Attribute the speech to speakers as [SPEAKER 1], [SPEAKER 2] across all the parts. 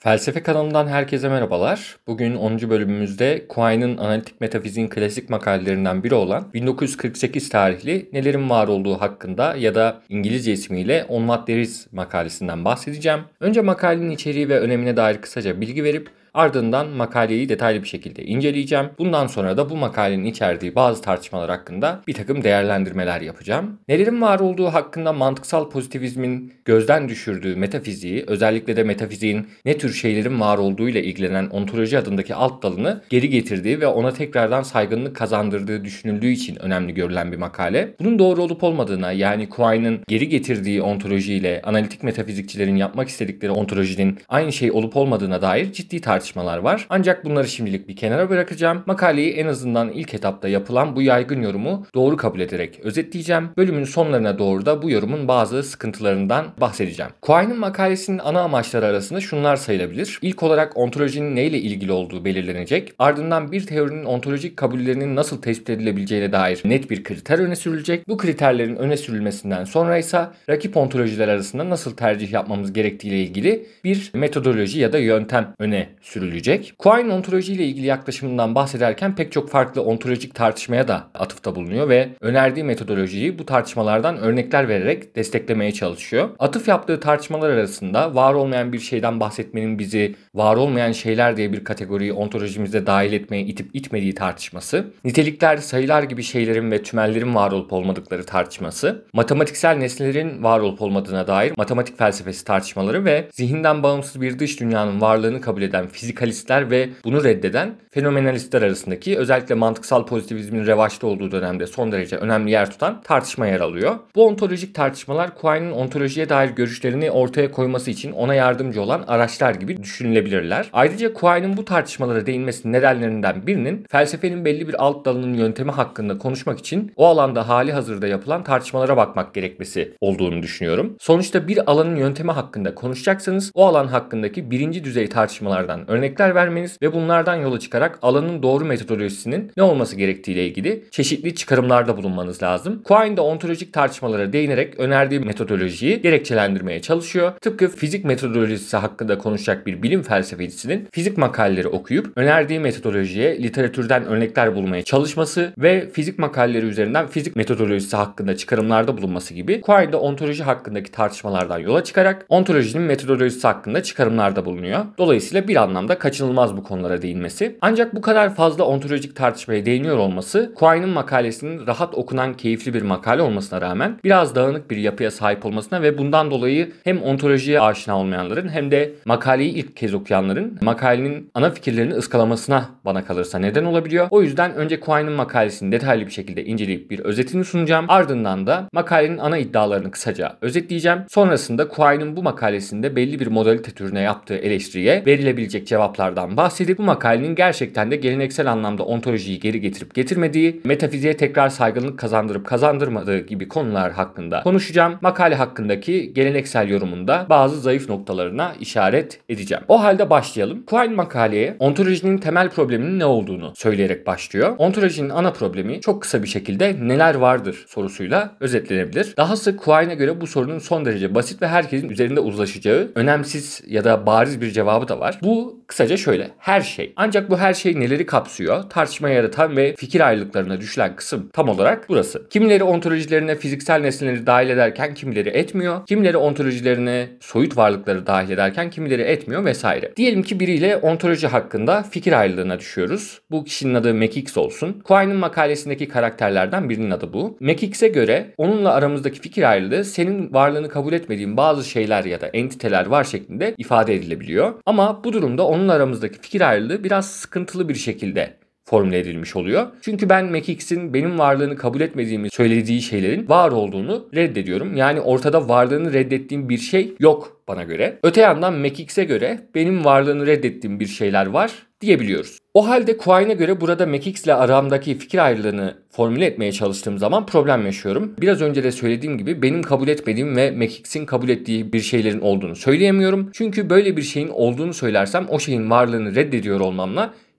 [SPEAKER 1] Felsefe kanalından herkese merhabalar. Bugün 10. bölümümüzde Quine'ın analitik metafiziğin klasik makalelerinden biri olan 1948 tarihli Nelerin Var Olduğu hakkında ya da İngilizce ismiyle On What There Is makalesinden bahsedeceğim. Önce makalenin içeriği ve önemine dair kısaca bilgi verip ardından makaleyi detaylı bir şekilde inceleyeceğim. Bundan sonra da bu makalenin içerdiği bazı tartışmalar hakkında bir takım değerlendirmeler yapacağım. Nelerin var olduğu hakkında mantıksal pozitivizmin gözden düşürdüğü metafiziği, özellikle de metafiziğin ne tür şeylerin var olduğuyla ilgilenen ontoloji adındaki alt dalını geri getirdiği ve ona tekrardan saygınlık kazandırdığı düşünüldüğü için önemli görülen bir makale. Bunun doğru olup olmadığına, yani Quine'ın geri getirdiği ontolojiyle analitik metafizikçilerin yapmak istedikleri ontolojinin aynı şey olup olmadığına dair ciddi tartışmalar var. Ancak bunları şimdilik bir kenara bırakacağım. Makaleyi en azından ilk etapta yapılan bu yaygın yorumu doğru kabul ederek özetleyeceğim. Bölümün sonlarına doğru da bu yorumun bazı sıkıntılarından bahsedeceğim. Quine'ın makalesinin ana amaçları arasında şunlar sayılabilir. İlk olarak ontolojinin neyle ilgili olduğu belirlenecek. Ardından bir teorinin ontolojik kabullerinin nasıl tespit edilebileceğine dair net bir kriter öne sürülecek. Bu kriterlerin öne sürülmesinden sonra ise rakip ontolojiler arasında nasıl tercih yapmamız gerektiğiyle ilgili bir metodoloji ya da yöntem öne sürülecek. Quine ontoloji ile ilgili yaklaşımından bahsederken pek çok farklı ontolojik tartışmaya da atıfta bulunuyor ve önerdiği metodolojiyi bu tartışmalardan örnekler vererek desteklemeye çalışıyor. Atıf yaptığı tartışmalar arasında var olmayan bir şeyden bahsetmenin bizi var olmayan şeyler diye bir kategoriyi ontolojimize dahil etmeye itip itmediği tartışması, nitelikler, sayılar gibi şeylerin ve tümellerin var olup olmadıkları tartışması, matematiksel nesnelerin var olup olmadığına dair matematik felsefesi tartışmaları ve zihinden bağımsız bir dış dünyanın varlığını kabul eden fizikalistler ve bunu reddeden fenomenalistler arasındaki, özellikle mantıksal pozitivizmin revaçta olduğu dönemde son derece önemli yer tutan tartışma yer alıyor. Bu ontolojik tartışmalar Quine'ın ontolojiye dair görüşlerini ortaya koyması için ona yardımcı olan araçlar gibi düşünülebilirler. Ayrıca Quine'ın bu tartışmalara değinmesinin nedenlerinden birinin felsefenin belli bir alt dalının yöntemi hakkında konuşmak için o alanda hali hazırda yapılan tartışmalara bakmak gerekmesi olduğunu düşünüyorum. Sonuçta bir alanın yöntemi hakkında konuşacaksanız o alan hakkındaki birinci düzey tartışmalardan örnekler vermeniz ve bunlardan yola çıkarak alanın doğru metodolojisinin ne olması gerektiğiyle ilgili çeşitli çıkarımlarda bulunmanız lazım. Quine de ontolojik tartışmalara değinerek önerdiği metodolojiyi gerekçelendirmeye çalışıyor. Tıpkı fizik metodolojisi hakkında konuşacak bir bilim felsefecisinin fizik makaleleri okuyup önerdiği metodolojiye literatürden örnekler bulmaya çalışması ve fizik makaleleri üzerinden fizik metodolojisi hakkında çıkarımlarda bulunması gibi, Quine de ontoloji hakkındaki tartışmalardan yola çıkarak ontolojinin metodolojisi hakkında çıkarımlarda bulunuyor. Dolayısıyla bir anlamda kaçınılmaz bu konulara değinmesi. Ancak bu kadar fazla ontolojik tartışmaya değiniyor olması, Quine'ın makalesinin rahat okunan, keyifli bir makale olmasına rağmen biraz dağınık bir yapıya sahip olmasına ve bundan dolayı hem ontolojiye aşina olmayanların hem de makaleyi ilk kez okuyanların makalenin ana fikirlerini ıskalamasına bana kalırsa neden olabiliyor. O yüzden önce Quine'ın makalesini detaylı bir şekilde inceleyip bir özetini sunacağım. Ardından da makalenin ana iddialarını kısaca özetleyeceğim. Sonrasında Quine'ın bu makalesinde belli bir modalite türüne yaptığı eleştiriye verilebilecek cevaplardan bahsedip bu makalenin gerçekten de geleneksel anlamda ontolojiyi geri getirip getirmediği, metafiziğe tekrar saygınlık kazandırıp kazandırmadığı gibi konular hakkında konuşacağım. Makale hakkındaki geleneksel yorumunda bazı zayıf noktalarına işaret edeceğim. O halde başlayalım. Quine makaleye ontolojinin temel probleminin ne olduğunu söyleyerek başlıyor. Ontolojinin ana problemi çok kısa bir şekilde neler vardır sorusuyla özetlenebilir. Dahası Quine'e göre bu sorunun son derece basit ve herkesin üzerinde uzlaşacağı, önemsiz ya da bariz bir cevabı da var. Bu kısaca şöyle: her şey. Ancak bu her şey neleri kapsıyor? Tartışma yaratan ve fikir ayrılıklarına düşülen kısım tam olarak burası. Kimileri ontolojilerine fiziksel nesneleri dahil ederken kimileri etmiyor. Kimileri ontolojilerine soyut varlıkları dahil ederken kimileri etmiyor vesaire. Diyelim ki biriyle ontoloji hakkında fikir ayrılığına düşüyoruz. Bu kişinin adı McX olsun. Quine'ın makalesindeki karakterlerden birinin adı bu. McX'e göre onunla aramızdaki fikir ayrılığı senin varlığını kabul etmediğin bazı şeyler ya da entiteler var şeklinde ifade edilebiliyor. Ama bu durumda onunla aramızdaki fikir ayrılığı biraz sıkıntılı bir şekilde formüle edilmiş oluyor. Çünkü ben McX'in benim varlığını kabul etmediğimi söylediği şeylerin var olduğunu reddediyorum. Yani ortada varlığını reddettiğim bir şey yok bana göre. Öte yandan McX'e göre benim varlığını reddettiğim bir şeyler var diyebiliyoruz. O halde Quine'e göre burada McX ile aramdaki fikir ayrılığını formüle etmeye çalıştığım zaman problem yaşıyorum. Biraz önce de söylediğim gibi benim kabul etmediğim ve McX'in kabul ettiği bir şeylerin olduğunu söyleyemiyorum. Çünkü böyle bir şeyin olduğunu söylersem o şeyin varlığını reddediyor olmamla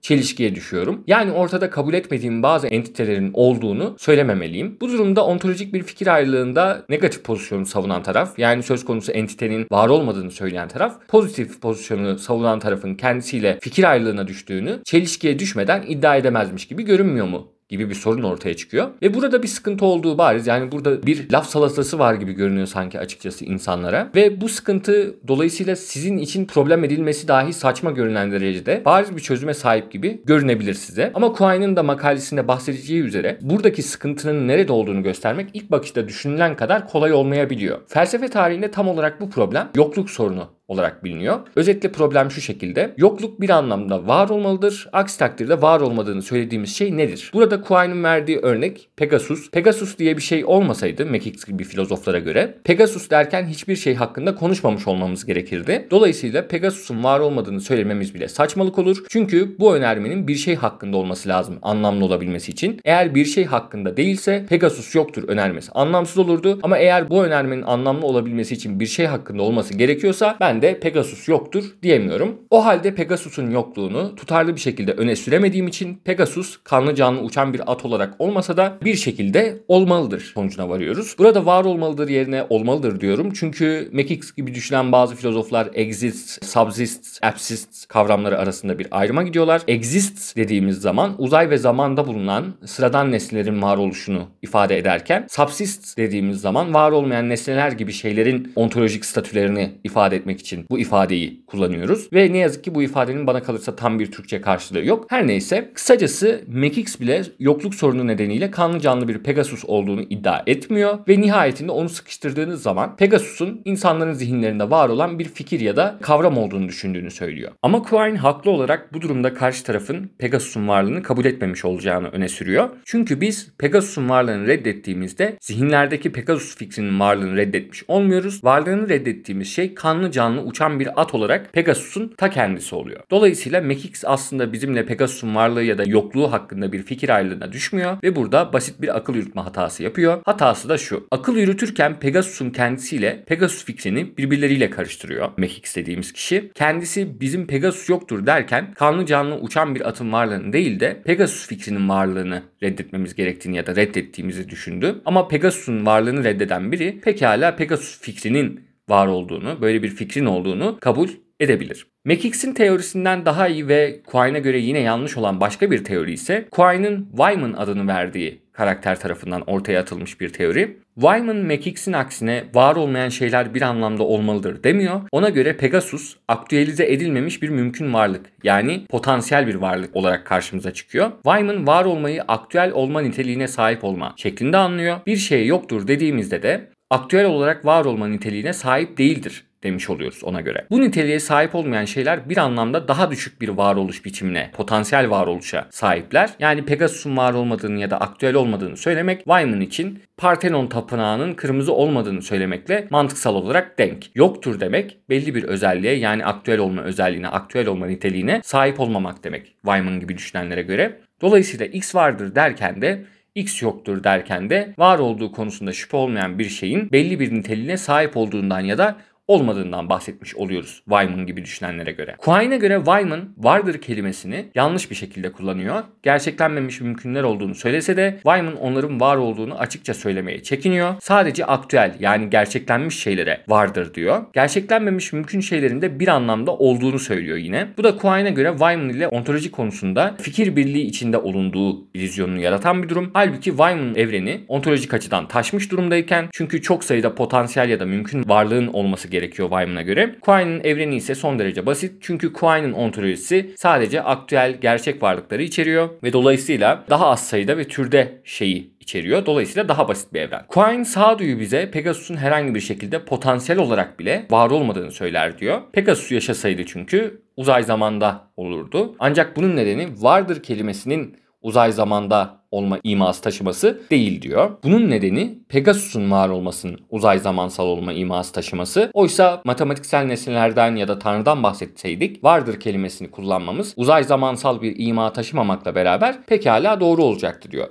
[SPEAKER 1] çelişkiye düşüyorum. Yani ortada kabul etmediğim bazı entitelerin olduğunu söylememeliyim. Bu durumda ontolojik bir fikir ayrılığında negatif pozisyonu savunan taraf, yani söz konusu entitenin var olmadığını söyleyen taraf, pozitif pozisyonu savunan tarafın kendisiyle fikir ayrılığına düştüğünü çelişkiye düşmeden iddia edemezmiş gibi görünmüyor mu gibi bir sorun ortaya çıkıyor. Ve burada bir sıkıntı olduğu bariz. Yani burada bir laf salatası var gibi görünüyor sanki açıkçası insanlara. Ve bu sıkıntı dolayısıyla sizin için problem edilmesi dahi saçma görünen derecede bariz bir çözüme sahip gibi görünebilir size. Ama Quine'ın da makalesinde bahsedeceği üzere buradaki sıkıntının nerede olduğunu göstermek ilk bakışta düşünülen kadar kolay olmayabiliyor. Felsefe tarihinde tam olarak bu problem yokluk sorunu olarak biliniyor. Özetle problem şu şekilde: yokluk bir anlamda var olmalıdır. Aksi takdirde var olmadığını söylediğimiz şey nedir? Burada Quine'ın verdiği örnek Pegasus. Pegasus diye bir şey olmasaydı Mekix gibi filozoflara göre, Pegasus derken hiçbir şey hakkında konuşmamış olmamız gerekirdi. Dolayısıyla Pegasus'un var olmadığını söylememiz bile saçmalık olur. Çünkü bu önermenin bir şey hakkında olması lazım anlamlı olabilmesi için. Eğer bir şey hakkında değilse Pegasus yoktur önermesi anlamsız olurdu. Ama eğer bu önermenin anlamlı olabilmesi için bir şey hakkında olması gerekiyorsa ben de Pegasus yoktur diyemiyorum. O halde Pegasus'un yokluğunu tutarlı bir şekilde öne süremediğim için Pegasus kanlı canlı uçan bir at olarak olmasa da bir şekilde olmalıdır sonucuna varıyoruz. Burada var olmalıdır yerine olmalıdır diyorum. Çünkü Mekix gibi düşünen bazı filozoflar exist, subsist, absist kavramları arasında bir ayrıma gidiyorlar. Exist dediğimiz zaman uzay ve zamanda bulunan sıradan nesnelerin varoluşunu ifade ederken, subsist dediğimiz zaman var olmayan nesneler gibi şeylerin ontolojik statülerini ifade etmek için bu ifadeyi kullanıyoruz. Ve ne yazık ki bu ifadenin bana kalırsa tam bir Türkçe karşılığı yok. Her neyse, kısacası Mekix bile yokluk sorunu nedeniyle kanlı canlı bir Pegasus olduğunu iddia etmiyor ve nihayetinde onu sıkıştırdığınız zaman Pegasus'un insanların zihinlerinde var olan bir fikir ya da kavram olduğunu düşündüğünü söylüyor. Ama Quine haklı olarak bu durumda karşı tarafın Pegasus'un varlığını kabul etmemiş olacağını öne sürüyor. Çünkü biz Pegasus'un varlığını reddettiğimizde zihinlerdeki Pegasus fikrinin varlığını reddetmiş olmuyoruz. Varlığını reddettiğimiz şey kanlı canlı uçan bir at olarak Pegasus'un ta kendisi oluyor. Dolayısıyla Mekix aslında bizimle Pegasus'un varlığı ya da yokluğu hakkında bir fikir ayrılığına düşmüyor ve burada basit bir akıl yürütme hatası yapıyor. Hatası da şu: akıl yürütürken Pegasus'un kendisiyle Pegasus fikrini birbirleriyle karıştırıyor Mekix dediğimiz kişi. Kendisi bizim Pegasus yoktur derken kanlı canlı uçan bir atın varlığını değil de Pegasus fikrinin varlığını reddetmemiz gerektiğini ya da reddettiğimizi düşündü. Ama Pegasus'un varlığını reddeden biri pekala Pegasus fikrinin var olduğunu, böyle bir fikrin olduğunu kabul edebilir. Mekix'in teorisinden daha iyi ve Quine'a göre yine yanlış olan başka bir teori ise Quine'ın Wyman adını verdiği karakter tarafından ortaya atılmış bir teori. Wyman, Mekix'in aksine var olmayan şeyler bir anlamda olmalıdır demiyor. Ona göre Pegasus aktüelize edilmemiş bir mümkün varlık, yani potansiyel bir varlık olarak karşımıza çıkıyor. Wyman var olmayı aktüel olma niteliğine sahip olma şeklinde anlıyor. Bir şey yoktur dediğimizde de aktüel olarak var olma niteliğine sahip değildir demiş oluyoruz ona göre. Bu niteliğe sahip olmayan şeyler bir anlamda daha düşük bir varoluş biçimine, potansiyel varoluşa sahipler. Yani Pegasus'un var olmadığını ya da aktüel olmadığını söylemek Wyman için Parthenon tapınağının kırmızı olmadığını söylemekle mantıksal olarak denk. Yoktur demek belli bir özelliğe, yani aktüel olma özelliğine, aktüel olma niteliğine sahip olmamak demek Wyman gibi düşünenlere göre. Dolayısıyla X vardır derken de, X yoktur derken de var olduğu konusunda şüphe olmayan bir şeyin belli bir niteliğine sahip olduğundan ya da olmadığından bahsetmiş oluyoruz Wyman gibi düşünenlere göre. Quine'e göre Wyman vardır kelimesini yanlış bir şekilde kullanıyor. Gerçeklenmemiş mümkünler olduğunu söylese de Wyman onların var olduğunu açıkça söylemeye çekiniyor. Sadece aktüel, yani gerçeklenmiş şeylere vardır diyor. Gerçeklenmemiş mümkün şeylerin de bir anlamda olduğunu söylüyor yine. Bu da Quine'e göre Wyman ile ontoloji konusunda fikir birliği içinde olunduğu illüzyonunu yaratan bir durum. Halbuki Wyman'ın evreni ontolojik açıdan taşmış durumdayken, çünkü çok sayıda potansiyel ya da mümkün varlığın olması gerekiyor Wyman'a göre. Quine'ın evreni ise son derece basit. Çünkü Quine'ın ontolojisi sadece aktüel gerçek varlıkları içeriyor ve dolayısıyla daha az sayıda ve türde şeyi içeriyor. Dolayısıyla daha basit bir evren. Quine sağduyu bize Pegasus'un herhangi bir şekilde potansiyel olarak bile var olmadığını söyler diyor. Pegasus yaşasaydı çünkü uzay zamanda olurdu. Ancak bunun nedeni vardır kelimesinin uzay zamanda olma iması taşıması değil diyor. Bunun nedeni Pegasus'un var olmasının uzay zamansal olma iması taşıması. Oysa matematiksel nesnelerden ya da Tanrı'dan bahsetseydik vardır kelimesini kullanmamız uzay zamansal bir ima taşımamakla beraber pekala doğru olacaktı diyor.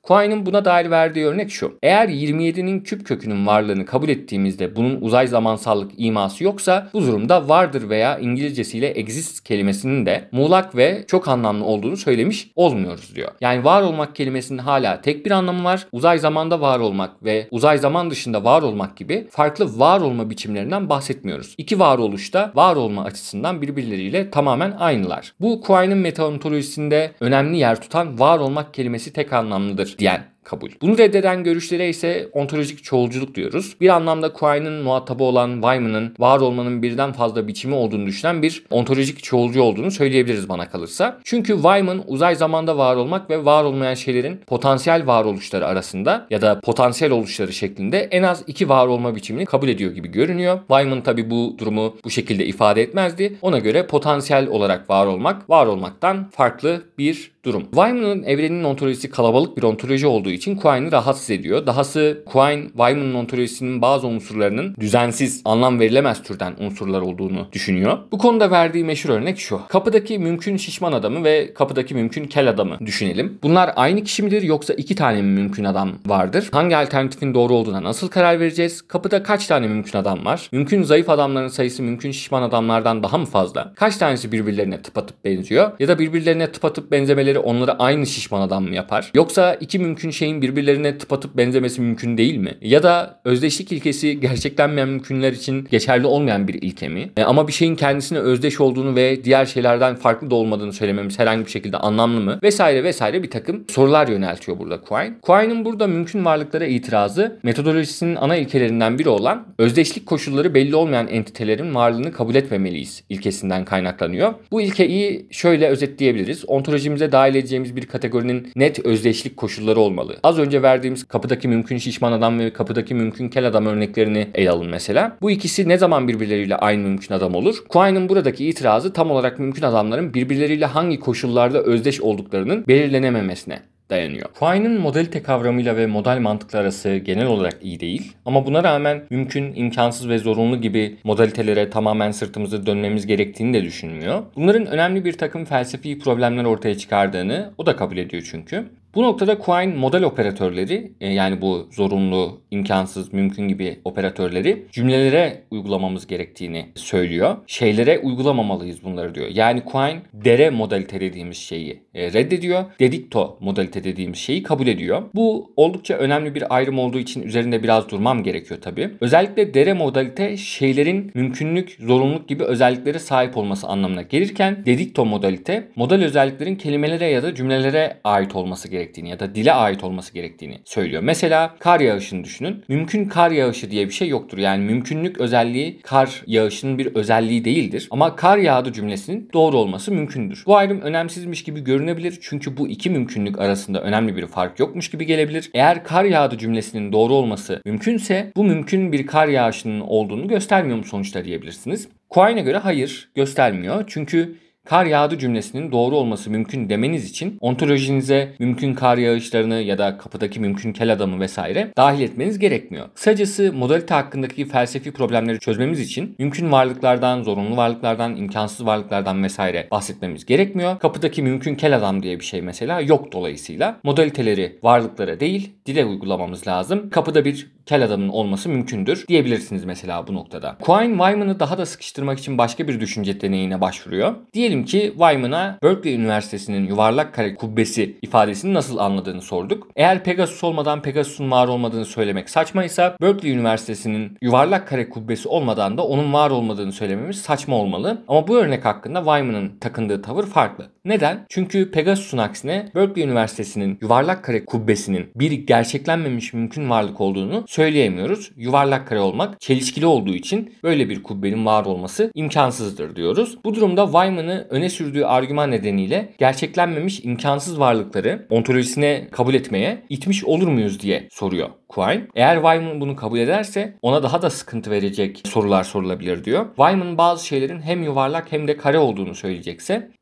[SPEAKER 1] Quine'ın buna dair verdiği örnek şu. Eğer 27'nin küp kökünün varlığını kabul ettiğimizde bunun uzay zamansallık iması yoksa bu durumda vardır veya İngilizcesiyle exist kelimesinin de muğlak ve çok anlamlı olduğunu söylemiş olmuyoruz diyor. Yani var olmak kelimesinin hala tek bir anlamı var. Uzay zamanda var olmak ve uzay zaman dışında var olmak gibi farklı var olma biçimlerinden bahsetmiyoruz. İki varoluşta var olma açısından birbirleriyle tamamen aynılar. Bu Quine'ın metaontolojisinde önemli yer tutan var olmak kelimesi tek anlamlıdır diyen kabul. Bunu reddeden görüşlere ise ontolojik çoğulculuk diyoruz. Bir anlamda Quine'ın muhatabı olan Wyman'ın var olmanın birden fazla biçimi olduğunu düşünen bir ontolojik çoğulcu olduğunu söyleyebiliriz bana kalırsa. Çünkü Wyman uzay zamanda var olmak ve var olmayan şeylerin potansiyel varoluşları arasında ya da potansiyel oluşları şeklinde en az iki var olma biçimini kabul ediyor gibi görünüyor. Wyman tabi bu durumu bu şekilde ifade etmezdi. Ona göre potansiyel olarak var olmak, var olmaktan farklı bir durum. Wyman'ın evrenin ontolojisi kalabalık bir ontoloji olduğu için Quine'ı rahatsız ediyor. Dahası Quine, Wyman'ın ontolojisinin bazı unsurlarının düzensiz, anlam verilemez türden unsurlar olduğunu düşünüyor. Bu konuda verdiği meşhur örnek şu. Kapıdaki mümkün şişman adamı ve kapıdaki mümkün kel adamı düşünelim. Bunlar aynı kişi midir yoksa iki tane mi mümkün adam vardır? Hangi alternatifin doğru olduğuna nasıl karar vereceğiz? Kapıda kaç tane mümkün adam var? Mümkün zayıf adamların sayısı mümkün şişman adamlardan daha mı fazla? Kaç tanesi birbirlerine tıpatıp benziyor? Ya da birbirlerine tıpatıp benzemeleri onları aynı şişman adam mı yapar? Yoksa iki mümkün şeyin birbirlerine tıpatıp benzemesi mümkün değil mi? Ya da özdeşlik ilkesi gerçeklenmeyen mümkünler için geçerli olmayan bir ilke mi? Ama bir şeyin kendisine özdeş olduğunu ve diğer şeylerden farklı da olmadığını söylememiz herhangi bir şekilde anlamlı mı? Vesaire vesaire bir takım sorular yöneltiyor burada Quine. Quine'ın burada mümkün varlıklara itirazı metodolojisinin ana ilkelerinden biri olan özdeşlik koşulları belli olmayan entitelerin varlığını kabul etmemeliyiz ilkesinden kaynaklanıyor. Bu ilkeyi şöyle özetleyebiliriz. Ontolojimize dahil edeceğimiz bir kategorinin net özdeşlik koşulları olmalı. Az önce verdiğimiz kapıdaki mümkün şişman adam ve kapıdaki mümkün kel adam örneklerini ele alın mesela. Bu ikisi ne zaman birbirleriyle aynı mümkün adam olur? Quine'ın buradaki itirazı tam olarak mümkün adamların birbirleriyle hangi koşullarda özdeş olduklarının belirlenememesine dayanıyor. Quine'ın modalite kavramıyla ve modal mantıklı arası genel olarak iyi değil. Ama buna rağmen mümkün, imkansız ve zorunlu gibi modalitelere tamamen sırtımızı dönmemiz gerektiğini de düşünmüyor. Bunların önemli bir takım felsefi problemler ortaya çıkardığını o da kabul ediyor çünkü. Bu noktada Quine model operatörleri yani bu zorunlu, imkansız, mümkün gibi operatörleri cümlelere uygulamamız gerektiğini söylüyor. Şeylere uygulamamalıyız bunları diyor. Yani Quine dere modalite dediğimiz şeyi reddediyor. Dedicto modalite dediğimiz şeyi kabul ediyor. Bu oldukça önemli bir ayrım olduğu için üzerinde biraz durmam gerekiyor tabii. Özellikle dere modalite şeylerin mümkünlük, zorunluluk gibi özelliklere sahip olması anlamına gelirken dedicto modalite modal özelliklerin kelimelere ya da cümlelere ait olması gerektiğini ya da dile ait olması gerektiğini söylüyor. Mesela kar yağışını düşünün. Mümkün kar yağışı diye bir şey yoktur. Yani mümkünlük özelliği kar yağışının bir özelliği değildir. Ama kar yağdı cümlesinin doğru olması mümkündür. Bu ayrım önemsizmiş gibi görünebilir. Çünkü bu iki mümkünlük arasında önemli bir fark yokmuş gibi gelebilir. Eğer kar yağdı cümlesinin doğru olması mümkünse bu mümkün bir kar yağışının olduğunu göstermiyor mu sonuçta diyebilirsiniz. Quine'e göre hayır, göstermiyor. Çünkü kar yağdı cümlesinin doğru olması mümkün demeniz için ontolojinize mümkün kar yağışlarını ya da kapıdaki mümkün kel adamı vesaire dahil etmeniz gerekmiyor. Kısacası modalite hakkındaki felsefi problemleri çözmemiz için mümkün varlıklardan, zorunlu varlıklardan, imkansız varlıklardan vesaire bahsetmemiz gerekmiyor. Kapıdaki mümkün kel adam diye bir şey mesela yok dolayısıyla. Modaliteleri varlıklara değil dile uygulamamız lazım. Kapıda bir kel adamın olması mümkündür diyebilirsiniz mesela bu noktada. Quine, Wyman'ı daha da sıkıştırmak için başka bir düşünce deneyine başvuruyor. Diyelim ki Wyman'a Berkeley Üniversitesi'nin yuvarlak kare kubbesi ifadesini nasıl anladığını sorduk. Eğer Pegasus olmadan Pegasus'un var olmadığını söylemek saçmaysa Berkeley Üniversitesi'nin yuvarlak kare kubbesi olmadan da onun var olmadığını söylememiz saçma olmalı. Ama bu örnek hakkında Wyman'ın takındığı tavır farklı. Neden? Çünkü Pegasus'un aksine Berkeley Üniversitesi'nin yuvarlak kare kubbesinin bir gerçeklenmemiş mümkün varlık olduğunu söyleyemiyoruz. Yuvarlak kare olmak çelişkili olduğu için böyle bir kubbenin var olması imkansızdır diyoruz. Bu durumda Wyman'ı öne sürdüğü argüman nedeniyle gerçeklenmemiş imkansız varlıkları ontolojisine kabul etmeye itmiş olur muyuz diye soruyor Quine. Eğer Wyman bunu kabul ederse ona daha da sıkıntı verecek sorular sorulabilir diyor. Wyman bazı şeylerin hem yuvarlak hem de kare olduğunu söyleyecekse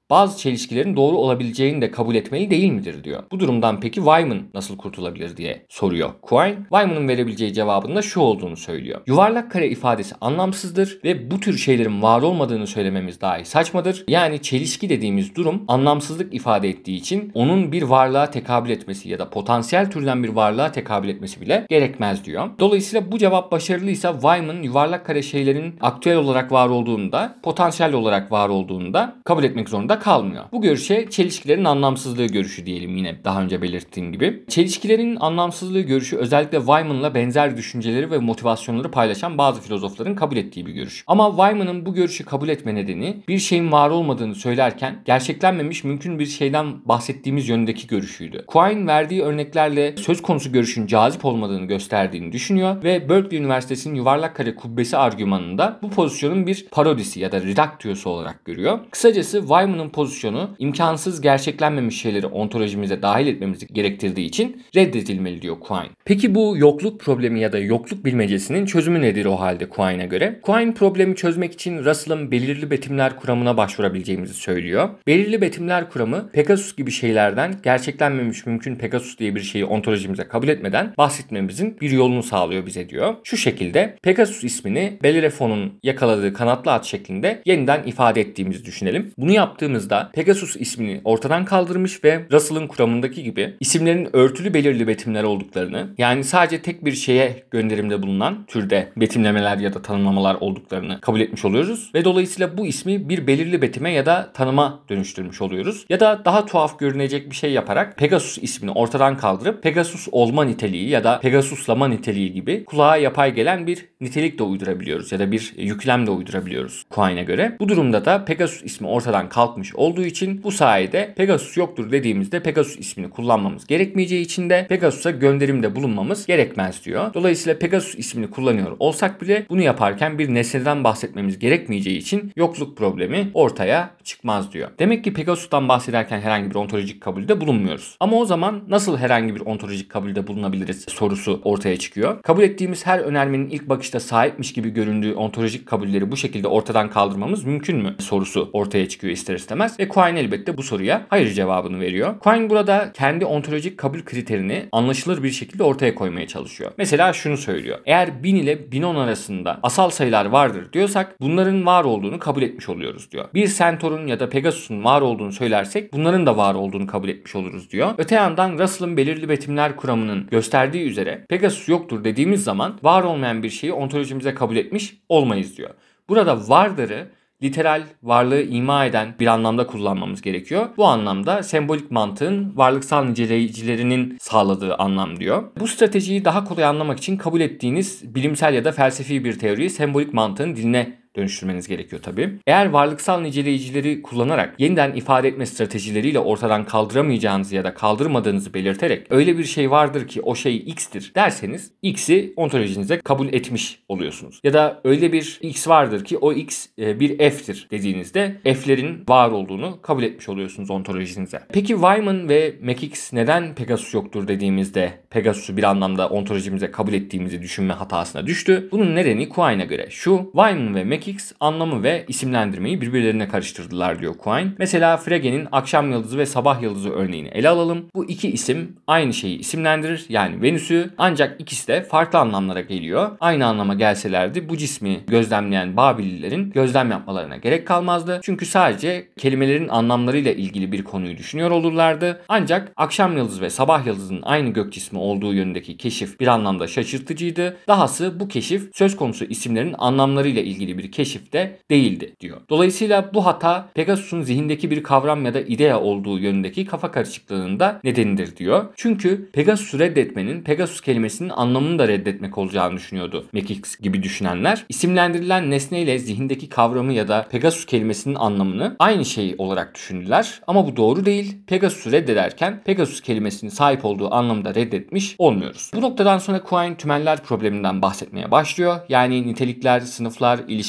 [SPEAKER 1] bazı çelişkilerin doğru olabileceğini de kabul etmeli değil midir diyor. Bu durumdan peki Wyman nasıl kurtulabilir diye soruyor Quine. Wyman'ın verebileceği cevabında şu olduğunu söylüyor. Yuvarlak kare ifadesi anlamsızdır ve bu tür şeylerin var olmadığını söylememiz dahi saçmadır. Yani çelişki dediğimiz durum anlamsızlık ifade ettiği için onun bir varlığa tekabül etmesi ya da potansiyel türden bir varlığa tekabül etmesi bile gerekmez diyor. Dolayısıyla bu cevap başarılıysa Wyman yuvarlak kare şeylerin aktüel olarak var olduğunu da potansiyel olarak var olduğunu da kabul etmek zorunda kalmıyor. Bu görüşe çelişkilerin anlamsızlığı görüşü diyelim, yine daha önce belirttiğim gibi. Çelişkilerin anlamsızlığı görüşü özellikle Wyman'la benzer düşünceleri ve motivasyonları paylaşan bazı filozofların kabul ettiği bir görüş. Ama Wyman'ın bu görüşü kabul etme nedeni bir şeyin var olmadığını söylerken gerçeklenmemiş mümkün bir şeyden bahsettiğimiz yönündeki görüşüydü. Quine verdiği örneklerle söz konusu görüşün cazip olmadığını gösterdiğini düşünüyor ve Berkeley Üniversitesi'nin yuvarlak kare kubbesi argümanında bu pozisyonun bir parodisi ya da reductiosu olarak görüyor. Kısacası Wyman'ın pozisyonu imkansız, gerçeklenmemiş şeyleri ontolojimize dahil etmemizi gerektirdiği için reddedilmeli diyor Quine. Peki bu yokluk problemi ya da yokluk bilmecesinin çözümü nedir o halde Quine'a göre? Quine problemi çözmek için Russell'ın belirli betimler kuramına başvurabileceğimizi söylüyor. Belirli betimler kuramı Pegasus gibi şeylerden gerçeklenmemiş mümkün Pegasus diye bir şeyi ontolojimize kabul etmeden bahsetmemizin bir yolunu sağlıyor bize diyor. Şu şekilde Pegasus ismini Bellerophon'un yakaladığı kanatlı at şeklinde yeniden ifade ettiğimizi düşünelim. Bunu yaptığımızda Pegasus ismini ortadan kaldırmış ve Russell'ın kuramındaki gibi isimlerin örtülü belirli betimler olduklarını, yani sadece tek bir şeye gönderimde bulunan türde betimlemeler ya da tanımlamalar olduklarını kabul etmiş oluyoruz ve dolayısıyla bu ismi bir belirli betime ya da tanıma dönüştürmüş oluyoruz. Ya da daha tuhaf görünecek bir şey yaparak Pegasus ismini ortadan kaldırıp Pegasus olma niteliği ya da Pegasuslama niteliği gibi kulağa yapay gelen bir nitelik de uydurabiliyoruz ya da bir yüklem de uydurabiliyoruz Quine'a göre. Bu durumda da Pegasus ismi ortadan kalkmış olduğu için bu sayede Pegasus yoktur dediğimizde Pegasus ismini kullanmamız gerekmeyeceği için de Pegasus'a gönderimde bulunmamız gerekmez diyor. Dolayısıyla Pegasus ismini kullanıyor olsak bile bunu yaparken bir nesneden bahsetmemiz gerekmeyeceği için yokluk problemi ortaya çıkmaz diyor. Demek ki Pegasus'tan bahsederken herhangi bir ontolojik kabulde bulunmuyoruz. Ama o zaman nasıl herhangi bir ontolojik kabulde bulunabiliriz sorusu ortaya çıkıyor. Kabul ettiğimiz her önermenin ilk bakışta sahipmiş gibi göründüğü ontolojik kabulleri bu şekilde ortadan kaldırmamız mümkün mü sorusu ortaya çıkıyor ister istemez ve Quine elbette bu soruya hayır cevabını veriyor. Quine burada kendi ontolojik kabul kriterini anlaşılır bir şekilde ortaya koymaya çalışıyor. Mesela şunu söylüyor. Eğer 1000 ile 1010 arasında asal sayılar vardır diyorsak bunların var olduğunu kabul etmiş oluyoruz diyor. Bir Centaur'un ya da Pegasus'un var olduğunu söylersek bunların da var olduğunu kabul etmiş oluruz diyor. Öte yandan Russell'ın belirli betimler kuramının gösterdiği üzere Pegasus yoktur dediğimiz zaman var olmayan bir şeyi ontolojimize kabul etmiş olmayız diyor. Burada vardır'ı literal varlığı ima eden bir anlamda kullanmamız gerekiyor. Bu anlamda sembolik mantığın varlıksal niceleyicilerinin sağladığı anlam diyor. Bu stratejiyi daha kolay anlamak için kabul ettiğiniz bilimsel ya da felsefi bir teoriyi sembolik mantığın diline dönüştürmeniz gerekiyor tabii. Eğer varlıksal niceleyicileri kullanarak yeniden ifade etme stratejileriyle ortadan kaldıramayacağınızı ya da kaldırmadığınızı belirterek öyle bir şey vardır ki o şey X'tir derseniz X'i ontolojinize kabul etmiş oluyorsunuz. Ya da öyle bir X vardır ki o X bir F'tir dediğinizde F'lerin var olduğunu kabul etmiş oluyorsunuz ontolojinize. Peki Wyman ve McX neden Pegasus yoktur dediğimizde Pegasus'u bir anlamda ontolojimize kabul ettiğimizi düşünme hatasına düştü? Bunun nedeni Quine'a göre şu: Wyman ve McX anlamı ve isimlendirmeyi birbirlerine karıştırdılar diyor Quine. Mesela Frege'nin akşam yıldızı ve sabah yıldızı örneğini ele alalım. Bu iki isim aynı şeyi isimlendirir, yani Venüs'ü, ancak ikisi de farklı anlamlara geliyor. Aynı anlama gelselerdi bu cismi gözlemleyen Babililerin gözlem yapmalarına gerek kalmazdı. Çünkü sadece kelimelerin anlamlarıyla ilgili bir konuyu düşünüyor olurlardı. Ancak akşam yıldızı ve sabah yıldızının aynı gök cismi olduğu yönündeki keşif bir anlamda şaşırtıcıydı. Dahası bu keşif söz konusu isimlerin anlamlarıyla ilgili bir keşifte değildi diyor. Dolayısıyla bu hata Pegasus'un zihindeki bir kavram ya da idea olduğu yönündeki kafa karışıklığının da nedenidir diyor. Çünkü Pegasus'u reddetmenin Pegasus kelimesinin anlamını da reddetmek olacağını düşünüyordu McX gibi düşünenler. İsimlendirilen nesneyle zihindeki kavramı ya da Pegasus kelimesinin anlamını aynı şey olarak düşündüler. Ama bu doğru değil. Pegasus'u reddederken Pegasus kelimesinin sahip olduğu anlamda reddetmiş olmuyoruz. Bu noktadan sonra Quine tümeller probleminden bahsetmeye başlıyor. Yani nitelikler, sınıflar, ilişkiler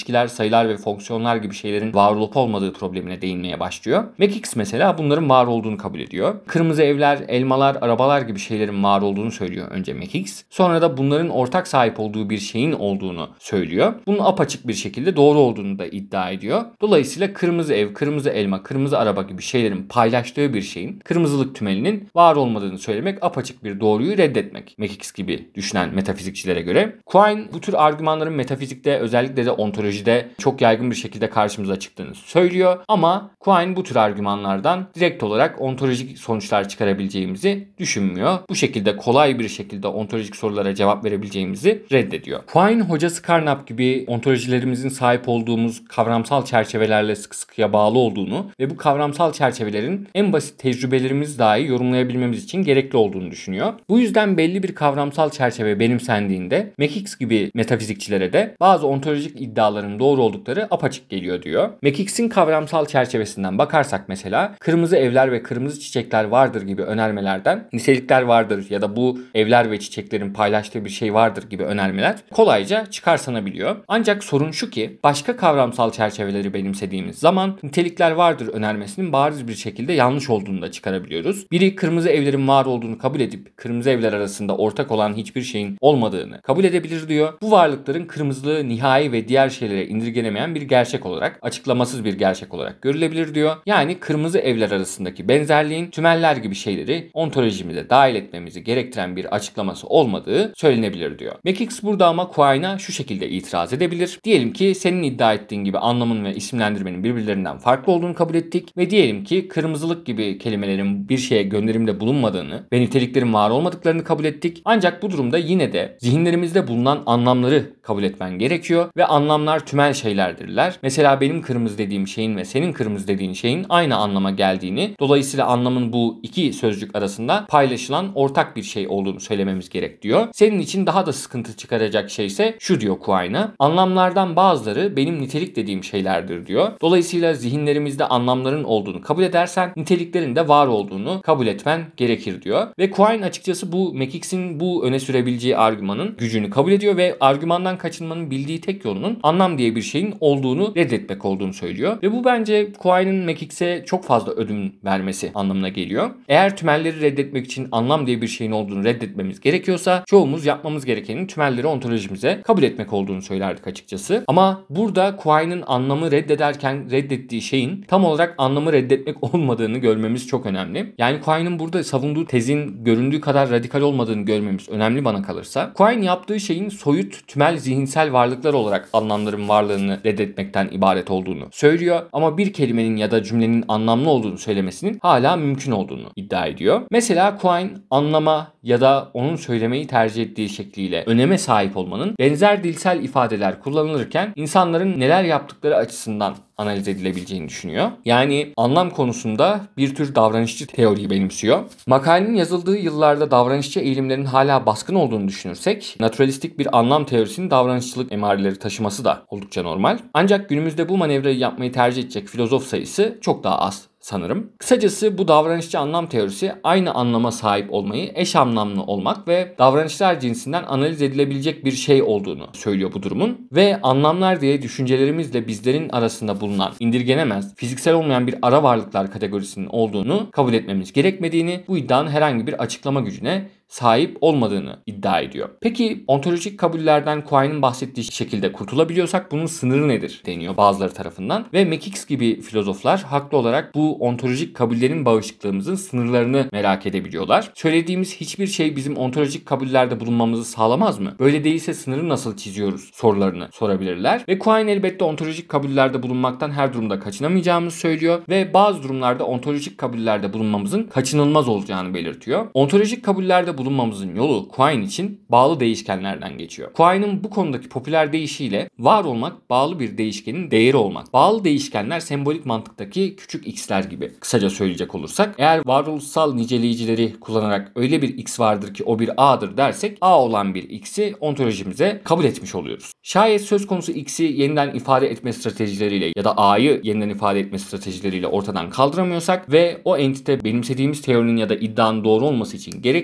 [SPEAKER 1] ilişkiler, sayılar ve fonksiyonlar gibi şeylerin var olup olmadığı problemine değinmeye başlıyor. MacX mesela bunların var olduğunu kabul ediyor. Kırmızı evler, elmalar, arabalar gibi şeylerin var olduğunu söylüyor önce MacX. Sonra da bunların ortak sahip olduğu bir şeyin olduğunu söylüyor. Bunun apaçık bir şekilde doğru olduğunu da iddia ediyor. Dolayısıyla kırmızı ev, kırmızı elma, kırmızı araba gibi şeylerin paylaştığı bir şeyin kırmızılık tümelinin var olmadığını söylemek apaçık bir doğruyu reddetmek. MacX gibi düşünen metafizikçilere göre. Quine bu tür argümanların metafizikte özellikle de ontolojide çok yaygın bir şekilde karşımıza çıktığını söylüyor. Ama Quine bu tür argümanlardan direkt olarak ontolojik sonuçlar çıkarabileceğimizi düşünmüyor. Bu şekilde kolay bir şekilde ontolojik sorulara cevap verebileceğimizi reddediyor. Quine hocası Carnap gibi ontolojilerimizin sahip olduğumuz kavramsal çerçevelerle sıkı sıkıya bağlı olduğunu ve bu kavramsal çerçevelerin en basit tecrübelerimiz dahi yorumlayabilmemiz için gerekli olduğunu düşünüyor. Bu yüzden belli bir kavramsal çerçeve benimsendiğinde MacX gibi metafizikçilere de bazı ontolojik iddiaların doğru oldukları apaçık geliyor diyor. MacX'in kavramsal çerçevesinden bakarsak mesela kırmızı evler ve kırmızı çiçekler vardır gibi önermelerden nitelikler vardır ya da bu evler ve çiçeklerin paylaştığı bir şey vardır gibi önermeler kolayca çıkarsanabiliyor. Ancak sorun şu ki başka kavramsal çerçeveleri benimsediğimiz zaman nitelikler vardır önermesinin bariz bir şekilde yanlış olduğunu da çıkarabiliyoruz. Biri kırmızı evlerin var olduğunu kabul edip kırmızı evler arasında ortak olan hiçbir şeyin olmadığını kabul edebilir diyor. Bu varlıkların kırmızılığı nihai ve diğer şeylere indirgenemeyen bir gerçek olarak, açıklamasız bir gerçek olarak görülebilir diyor. Yani kırmızı evler arasındaki benzerliğin tümeller gibi şeyleri ontolojimize dahil etmemizi gerektiren bir açıklaması olmadığı söylenebilir diyor. MacX burada ama Quine'a şu şekilde itiraz edebilir. Diyelim ki senin iddia ettiğin gibi anlamın ve isimlendirmenin birbirlerinden farklı olduğunu kabul ettik ve diyelim ki kırmızılık gibi kelimelerin bir şeye gönderimde bulunmadığını ve niteliklerin var olmadıklarını kabul ettik. Ancak bu durumda yine de zihinlerimizde bulunan anlamları kabul etmen gerekiyor ve anlamlar tümel şeylerdirler. Mesela benim kırmızı dediğim şeyin ve senin kırmızı dediğin şeyin aynı anlama geldiğini, dolayısıyla anlamın bu iki sözcük arasında paylaşılan ortak bir şey olduğunu söylememiz gerek diyor. Senin için daha da sıkıntı çıkaracak şey ise şu diyor Quine'a. Anlamlardan bazıları benim nitelik dediğim şeylerdir diyor. Dolayısıyla zihinlerimizde anlamların olduğunu kabul edersen niteliklerin de var olduğunu kabul etmen gerekir diyor. Ve Quine açıkçası bu MacX'in bu öne sürebileceği argümanın gücünü kabul ediyor ve argümandan kaçınmanın bildiği tek yolunun anlam diye bir şeyin olduğunu reddetmek olduğunu söylüyor. Ve bu bence Quine'ın MacX'e çok fazla ödün vermesi anlamına geliyor. Eğer tümelleri reddetmek için anlam diye bir şeyin olduğunu reddetmemiz gerekiyorsa çoğumuz yapmamız gerekenin tümelleri ontolojimize kabul etmek olduğunu söylerdik açıkçası. Ama burada Quine'ın anlamı reddederken reddettiği şeyin tam olarak anlamı reddetmek olmadığını görmemiz çok önemli. Yani Quine'ın burada savunduğu tezin göründüğü kadar radikal olmadığını görmemiz önemli bana kalırsa. Quine yaptığı şeyin soyut, tümel zihinsel varlıklar olarak anlamların varlığını reddetmekten ibaret olduğunu söylüyor. Ama bir kelimenin ya da cümlenin anlamlı olduğunu söylemesinin hala mümkün olduğunu iddia ediyor. Mesela Quine anlama ya da onun söylemeyi tercih ettiği şekliyle öneme sahip olmanın benzer dilsel ifadeler kullanılırken insanların neler yaptıkları açısından analiz edilebileceğini düşünüyor. Yani anlam konusunda bir tür davranışçı teoriyi benimsiyor. Makalenin yazıldığı yıllarda davranışçı eğilimlerin hala baskın olduğunu düşünürsek, naturalistik bir anlam teorisinin davranışçılık emareleri taşıması da oldukça normal. Ancak günümüzde bu manevrayı yapmayı tercih edecek filozof sayısı çok daha az sanırım. Kısacası bu davranışçı anlam teorisi aynı anlama sahip olmayı, eş anlamlı olmak ve davranışlar cinsinden analiz edilebilecek bir şey olduğunu söylüyor bu durumun. Ve anlamlar diye düşüncelerimizle bizlerin arasında bulunan, indirgenemez, fiziksel olmayan bir ara varlıklar kategorisinin olduğunu kabul etmemiz gerekmediğini, bu iddianın herhangi bir açıklama gücüne sahip olmadığını iddia ediyor. Peki ontolojik kabullerden Quine'ın bahsettiği şekilde kurtulabiliyorsak bunun sınırı nedir deniyor bazıları tarafından ve MacX gibi filozoflar haklı olarak bu ontolojik kabullerin bağışıklığımızın sınırlarını merak edebiliyorlar. Söylediğimiz hiçbir şey bizim ontolojik kabullerde bulunmamızı sağlamaz mı? Böyle değilse sınırı nasıl çiziyoruz sorularını sorabilirler ve Quine elbette ontolojik kabullerde bulunmaktan her durumda kaçınamayacağımızı söylüyor ve bazı durumlarda ontolojik kabullerde bulunmamızın kaçınılmaz olacağını belirtiyor. Ontolojik kabullerde bulunmamızın yolu Quine için bağlı değişkenlerden geçiyor. Quine'ın bu konudaki popüler deyişiyle var olmak bağlı bir değişkenin değeri olmak. Bağlı değişkenler sembolik mantıktaki küçük x'ler gibi. Kısaca söyleyecek olursak eğer varoluşsal niceleyicileri kullanarak öyle bir x vardır ki o bir a'dır dersek a olan bir x'i ontolojimize kabul etmiş oluyoruz. Şayet söz konusu x'i yeniden ifade etme stratejileriyle ya da a'yı yeniden ifade etme stratejileriyle ortadan kaldıramıyorsak ve o entite benimsediğimiz teorinin ya da iddianın doğru olması için gerekliyse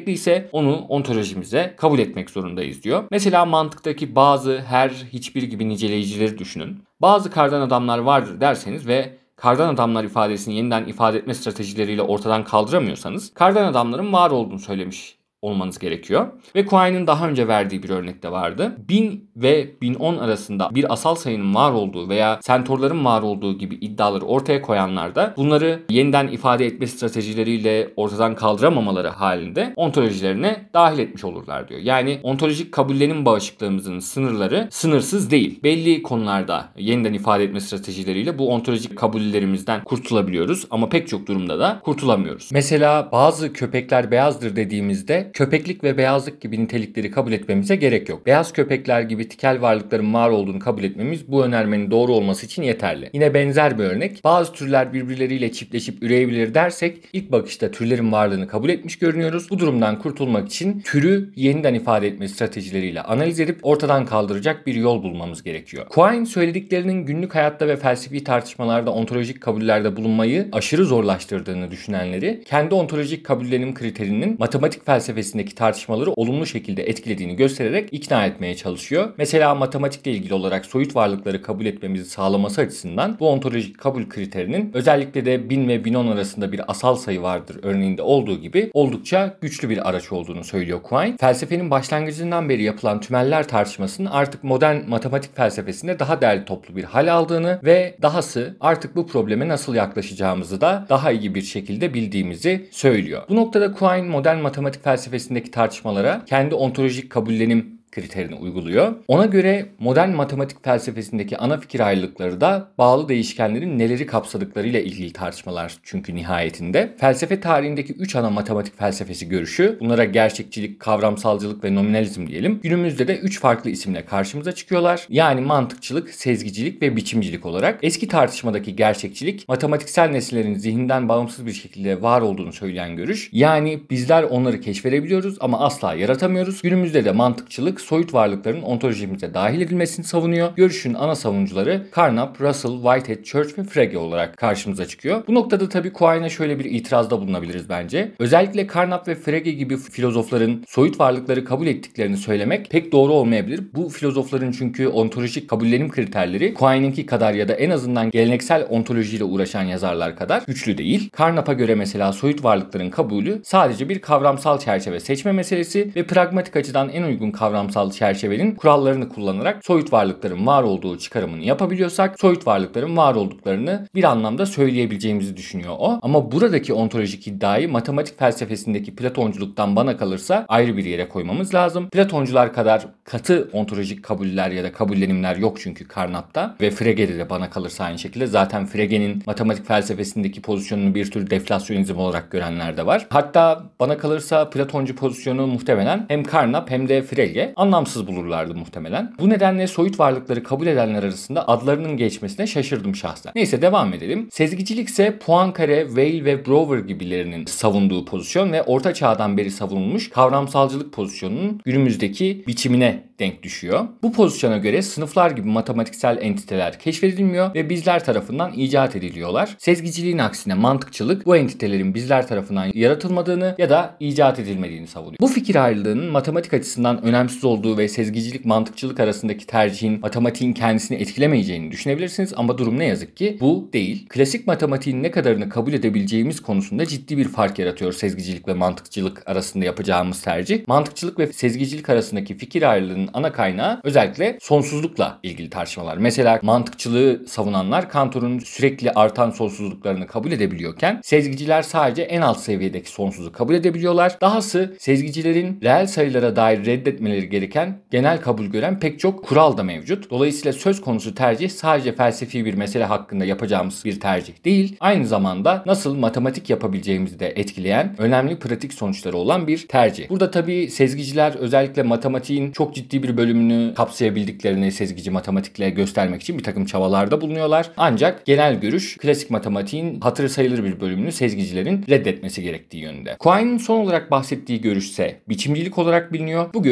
[SPEAKER 1] de onu ontolojimize kabul etmek zorundayız diyor. Mesela mantıktaki bazı, her, hiçbir gibi niceleyicileri düşünün. Bazı kardan adamlar vardır derseniz ve kardan adamlar ifadesini yeniden ifade etme stratejileriyle ortadan kaldıramıyorsanız kardan adamların var olduğunu söylemiş olmanız gerekiyor. Ve Quine'ın daha önce verdiği bir örnek de vardı. 1000 ve 1010 arasında bir asal sayının var olduğu veya sentorların var olduğu gibi iddiaları ortaya koyanlar da bunları yeniden ifade etme stratejileriyle ortadan kaldıramamaları halinde ontolojilerine dahil etmiş olurlar diyor. Yani ontolojik kabullenim bağışıklığımızın sınırları sınırsız değil. Belli konularda yeniden ifade etme stratejileriyle bu ontolojik kabullerimizden kurtulabiliyoruz ama pek çok durumda da kurtulamıyoruz. Mesela bazı köpekler beyazdır dediğimizde köpeklik ve beyazlık gibi nitelikleri kabul etmemize gerek yok. Beyaz köpekler gibi tikel varlıkların var olduğunu kabul etmemiz bu önermenin doğru olması için yeterli. Yine benzer bir örnek. Bazı türler birbirleriyle çiftleşip üreyebilir dersek ilk bakışta türlerin varlığını kabul etmiş görünüyoruz. Bu durumdan kurtulmak için türü yeniden ifade etme stratejileriyle analiz edip ortadan kaldıracak bir yol bulmamız gerekiyor. Quine söylediklerinin günlük hayatta ve felsefi tartışmalarda ontolojik kabullerde bulunmayı aşırı zorlaştırdığını düşünenleri kendi ontolojik kabullenim kriterinin matematik felsefesindeki tartışmaları olumlu şekilde etkilediğini göstererek ikna etmeye çalışıyor. Mesela matematikle ilgili olarak soyut varlıkları kabul etmemizi sağlaması açısından bu ontolojik kabul kriterinin özellikle de 1000 ve 1010 arasında bir asal sayı vardır örneğinde olduğu gibi oldukça güçlü bir araç olduğunu söylüyor Quine. Felsefenin başlangıcından beri yapılan tümeller tartışmasının artık modern matematik felsefesinde daha değerli toplu bir hal aldığını ve dahası artık bu probleme nasıl yaklaşacağımızı da daha iyi bir şekilde bildiğimizi söylüyor. Bu noktada Quine modern matematik felsefesindeki tartışmalara kendi ontolojik kabullenim kriterini uyguluyor. Ona göre modern matematik felsefesindeki ana fikir ayrılıkları da bağlı değişkenlerin neleri kapsadıklarıyla ilgili tartışmalar çünkü nihayetinde. Felsefe tarihindeki 3 ana matematik felsefesi görüşü, bunlara gerçekçilik, kavramsalcılık ve nominalizm diyelim. Günümüzde de 3 farklı isimle karşımıza çıkıyorlar. Yani mantıkçılık, sezgicilik ve biçimcilik olarak. Eski tartışmadaki gerçekçilik, matematiksel nesnelerin zihinden bağımsız bir şekilde var olduğunu söyleyen görüş. Yani bizler onları keşfedebiliyoruz ama asla yaratamıyoruz. Günümüzde de mantıkçılık, soyut varlıkların ontolojimize dahil edilmesini savunuyor. Görüşün ana savunucuları Carnap, Russell, Whitehead, Church ve Frege olarak karşımıza çıkıyor. Bu noktada tabii Quine'a şöyle bir itirazda bulunabiliriz bence. Özellikle Carnap ve Frege gibi filozofların soyut varlıkları kabul ettiklerini söylemek pek doğru olmayabilir. Bu filozofların çünkü ontolojik kabullenim kriterleri Quine'inki kadar ya da en azından geleneksel ontolojiyle uğraşan yazarlar kadar güçlü değil. Carnap'a göre mesela soyut varlıkların kabulü sadece bir kavramsal çerçeve seçme meselesi ve pragmatik açıdan en uygun kavramsal çerçevenin kurallarını kullanarak soyut varlıkların var olduğu çıkarımını yapabiliyorsak soyut varlıkların var olduklarını bir anlamda söyleyebileceğimizi düşünüyor o. Ama buradaki ontolojik iddiayı matematik felsefesindeki Platonculuktan bana kalırsa ayrı bir yere koymamız lazım. Platoncular kadar katı ontolojik kabuller ya da kabullenimler yok çünkü Carnap'ta ve Frege'de de bana kalırsa aynı şekilde. Zaten Frege'nin matematik felsefesindeki pozisyonunu bir tür deflasyonizm olarak görenler de var. Hatta bana kalırsa Platoncu pozisyonu muhtemelen hem Carnap hem de Frege anlamsız bulurlardı muhtemelen. Bu nedenle soyut varlıkları kabul edenler arasında adlarının geçmesine şaşırdım şahsen. Neyse devam edelim. Sezgicilik ise Poincaré, Weil ve Brouwer gibilerinin savunduğu pozisyon ve Orta Çağ'dan beri savunulmuş kavramsalcılık pozisyonunun günümüzdeki biçimine denk düşüyor. Bu pozisyona göre sınıflar gibi matematiksel entiteler keşfedilmiyor ve bizler tarafından icat ediliyorlar. Sezgiciliğin aksine mantıkçılık bu entitelerin bizler tarafından yaratılmadığını ya da icat edilmediğini savunuyor. Bu fikir ayrılığının matematik açısından önemsiz olduğu ve sezgicilik mantıkçılık arasındaki tercihin matematiğin kendisini etkilemeyeceğini düşünebilirsiniz ama durum ne yazık ki bu değil. Klasik matematiğin ne kadarını kabul edebileceğimiz konusunda ciddi bir fark yaratıyor sezgicilik ve mantıkçılık arasında yapacağımız tercih. Mantıkçılık ve sezgicilik arasındaki fikir ayrılığının ana kaynağı özellikle sonsuzlukla ilgili tartışmalar. Mesela mantıkçılığı savunanlar Cantor'un sürekli artan sonsuzluklarını kabul edebiliyorken sezgiciler sadece en alt seviyedeki sonsuzu kabul edebiliyorlar. Dahası sezgicilerin reel sayılara dair reddetmeleri gereken genel kabul gören pek çok kural da mevcut. Dolayısıyla söz konusu tercih sadece felsefi bir mesele hakkında yapacağımız bir tercih değil. Aynı zamanda nasıl matematik yapabileceğimizi de etkileyen önemli pratik sonuçları olan bir tercih. Burada tabii sezgiciler özellikle matematiğin çok ciddi bir bölümünü kapsayabildiklerini sezgici matematikle göstermek için bir takım çabalarda bulunuyorlar. Ancak genel görüş klasik matematiğin hatırı sayılır bir bölümünü sezgicilerin reddetmesi gerektiği yönünde. Quine'ın son olarak bahsettiği görüşse biçimcilik olarak biliniyor. Bu görüş Hilbert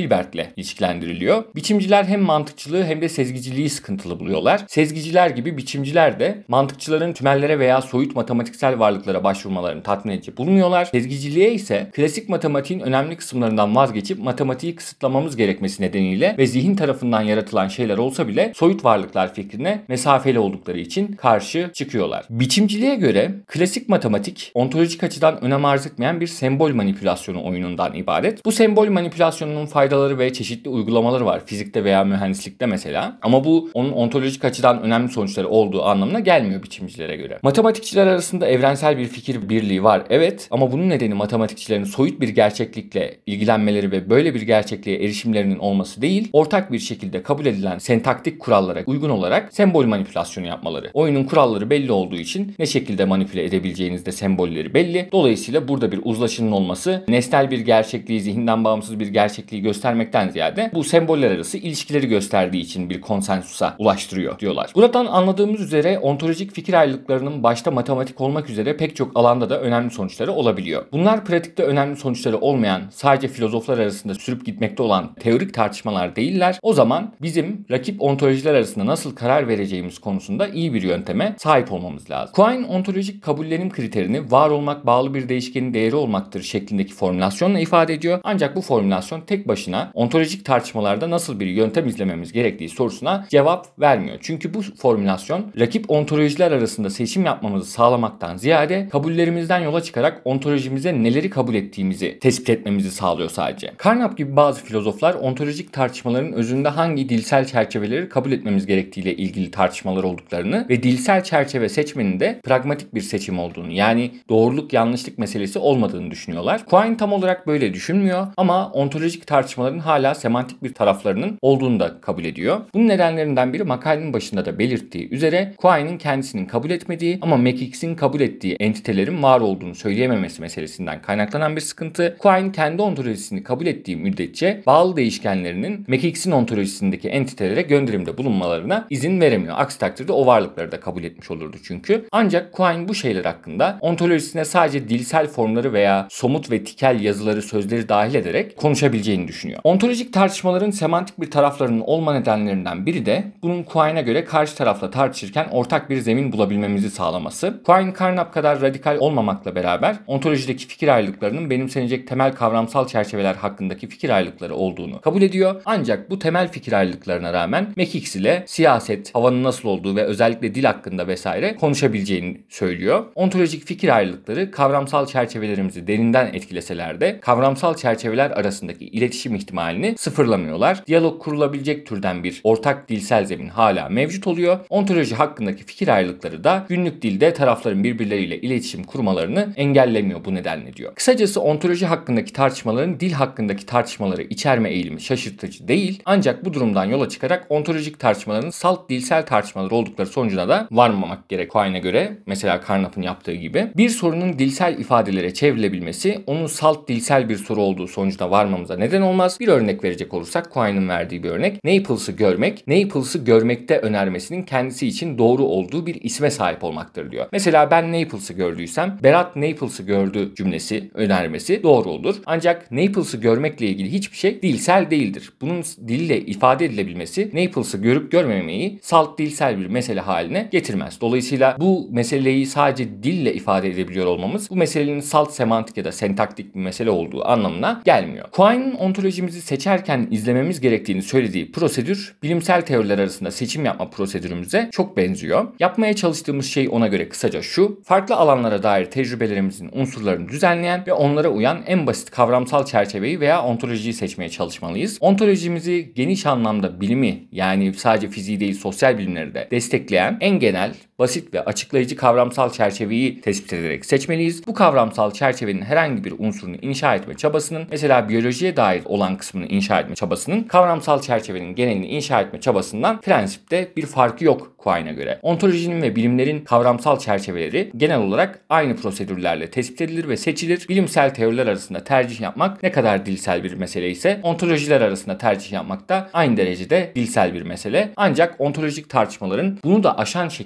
[SPEAKER 1] Hilbert'le ilişkilendiriliyor. Biçimciler hem mantıkçılığı hem de sezgiciliği sıkıntılı buluyorlar. Sezgiciler gibi biçimciler de mantıkçıların tümellere veya soyut matematiksel varlıklara başvurmalarını tatmin edici bulmuyorlar. Sezgiciliğe ise klasik matematiğin önemli kısımlarından vazgeçip matematiği kısıtlamamız gerekmesi nedeniyle ve zihin tarafından yaratılan şeyler olsa bile soyut varlıklar fikrine mesafeli oldukları için karşı çıkıyorlar. Biçimciliğe göre klasik matematik ontolojik açıdan önem arz etmeyen bir sembol manipülasyonu oyunundan ibaret. Bu sembol manipülasyonunun faydaları ve çeşitli uygulamaları var. Fizikte veya mühendislikte mesela. Ama bu onun ontolojik açıdan önemli sonuçları olduğu anlamına gelmiyor biçimcilere göre. Matematikçiler arasında evrensel bir fikir birliği var. Evet, ama bunun nedeni matematikçilerin soyut bir gerçeklikle ilgilenmeleri ve böyle bir gerçekliğe erişimlerinin olması değil, ortak bir şekilde kabul edilen sentaktik kurallara uygun olarak sembol manipülasyonu yapmaları. Oyunun kuralları belli olduğu için ne şekilde manipüle edebileceğiniz de sembolleri belli. Dolayısıyla burada bir uzlaşının olması nesnel bir gerçekliği, zihinden bağımsız bir gerçekliği göstermekten ziyade bu semboller arası ilişkileri gösterdiği için bir konsensusa ulaştırıyor diyorlar. Buradan anladığımız üzere ontolojik fikir ayrılıklarının başta matematik olmak üzere pek çok alanda da önemli sonuçları olabiliyor. Bunlar pratikte önemli sonuçları olmayan, sadece filozoflar arasında sürüp gitmekte olan teorik tartışmalar değiller. O zaman bizim rakip ontolojiler arasında nasıl karar vereceğimiz konusunda iyi bir yönteme sahip olmamız lazım. Quine ontolojik kabullenim kriterini var olmak bağlı bir değişkenin değeri olmaktır şeklindeki formülasyonla ifade ediyor. Ancak bu formülasyon tek başına ontolojik tartışmalarda nasıl bir yöntem izlememiz gerektiği sorusuna cevap vermiyor. Çünkü bu formülasyon rakip ontolojiler arasında seçim yapmamızı sağlamaktan ziyade kabullerimizden yola çıkarak ontolojimize neleri kabul ettiğimizi tespit etmemizi sağlıyor sadece. Carnap gibi bazı filozoflar ontolojik tartışmaların özünde hangi dilsel çerçeveleri kabul etmemiz gerektiğiyle ilgili tartışmalar olduklarını ve dilsel çerçeve seçmenin de pragmatik bir seçim olduğunu, yani doğruluk yanlışlık meselesi olmadığını düşünüyorlar. Quine tam olarak böyle düşünmüyor ama ontolojik tartışmaların hala semantik bir taraflarının olduğunu da kabul ediyor. Bunun nedenlerinden biri makalenin başında da belirttiği üzere Quine'in kendisinin kabul etmediği ama McHigg's kabul ettiği entitelerin var olduğunu söyleyememesi meselesinden kaynaklanan bir sıkıntı. Quine kendi ontolojisini kabul ettiği müddetçe bağlı değişkenlerinin McHigg's ontolojisindeki entitelere gönderimde bulunmalarına izin veremiyor. Aksi takdirde o varlıkları da kabul etmiş olurdu çünkü. Ancak Quine bu şeyler hakkında ontolojisine sadece dilsel formları veya somut ve tikel yazıları, sözleri dahil ederek konuşabileceğini düşünüyor. Ontolojik tartışmaların semantik bir taraflarının olma nedenlerinden biri de bunun Quine'a göre karşı tarafla tartışırken ortak bir zemin bulabilmemizi sağlaması. Quine, Carnap kadar radikal olmamakla beraber ontolojideki fikir ayrılıklarının benimsenecek temel kavramsal çerçeveler hakkındaki fikir ayrılıkları olduğunu kabul ediyor. Ancak bu temel fikir ayrılıklarına rağmen McHigg's ile siyaset, havanın nasıl olduğu ve özellikle dil hakkında vesaire konuşabileceğini söylüyor. Ontolojik fikir ayrılıkları kavramsal çerçevelerimizi derinden etkileseler de kavramsal çerçeveler arasındaki iletişim ihtimalini sıfırlamıyorlar. Diyalog kurulabilecek türden bir ortak dilsel zemin hala mevcut oluyor. Ontoloji hakkındaki fikir ayrılıkları da günlük dilde tarafların birbirleriyle iletişim kurmalarını engellemiyor bu nedenle diyor. Kısacası ontoloji hakkındaki tartışmaların dil hakkındaki tartışmaları içerme eğilimi şaşırtıcı değil. Ancak bu durumdan yola çıkarak ontolojik tartışmaların salt dilsel tartışmalar oldukları sonucuna da varmamak gerek Quine'a göre. Mesela Carnap'ın yaptığı gibi. Bir sorunun dilsel ifadelere çevrilebilmesi onun salt dilsel bir soru olduğu sonucuna varmamıza neden olmaz. Bir örnek verecek olursak Quine'ın verdiği bir örnek. Naples'ı görmek, Naples'ı görmekte önermesinin kendisi için doğru olduğu bir isme sahip olmaktır diyor. Mesela ben Naples'ı gördüysem Berat Naples'ı gördü cümlesi önermesi doğru olur. Ancak Naples'ı görmekle ilgili hiçbir şey dilsel değildir. Bunun dille ifade edilebilmesi Naples'ı görüp görmemeyi salt dilsel bir mesele haline getirmez. Dolayısıyla bu meseleyi sadece dille ifade edebiliyor olmamız bu meselenin salt semantik ya da sentaktik bir mesele olduğu anlamına gelmiyor. Quine'ın ontolojimizi seçerken izlememiz gerektiğini söylediği prosedür bilimsel teoriler arasında seçim yapma prosedürümüze çok benziyor. Yapmaya çalıştığımız şey ona göre kısaca şu: farklı alanlara dair tecrübelerimizin unsurlarını düzenleyen ve onlara uyan en basit kavramsal çerçeveyi veya ontolojiyi seçmeye çalışmalıyız. Ontolojimizi geniş anlamda bilimi, yani sadece fiziği değil sosyal bilimleri de destekleyen en genel, basit ve açıklayıcı kavramsal çerçeveyi tespit ederek seçmeliyiz. Bu kavramsal çerçevenin herhangi bir unsurunu inşa etme çabasının, mesela biyolojiye dair olan kısmını inşa etme çabasının, kavramsal çerçevenin genelini inşa etme çabasından prensipte bir farkı yok Quine'a göre. Ontolojinin ve bilimlerin kavramsal çerçeveleri genel olarak aynı prosedürlerle tespit edilir ve seçilir. Bilimsel teoriler arasında tercih yapmak ne kadar dilsel bir mesele ise ontolojiler arasında tercih yapmak da aynı derecede dilsel bir mesele. Ancak ontolojik tartışmaların bunu da aşan şekilde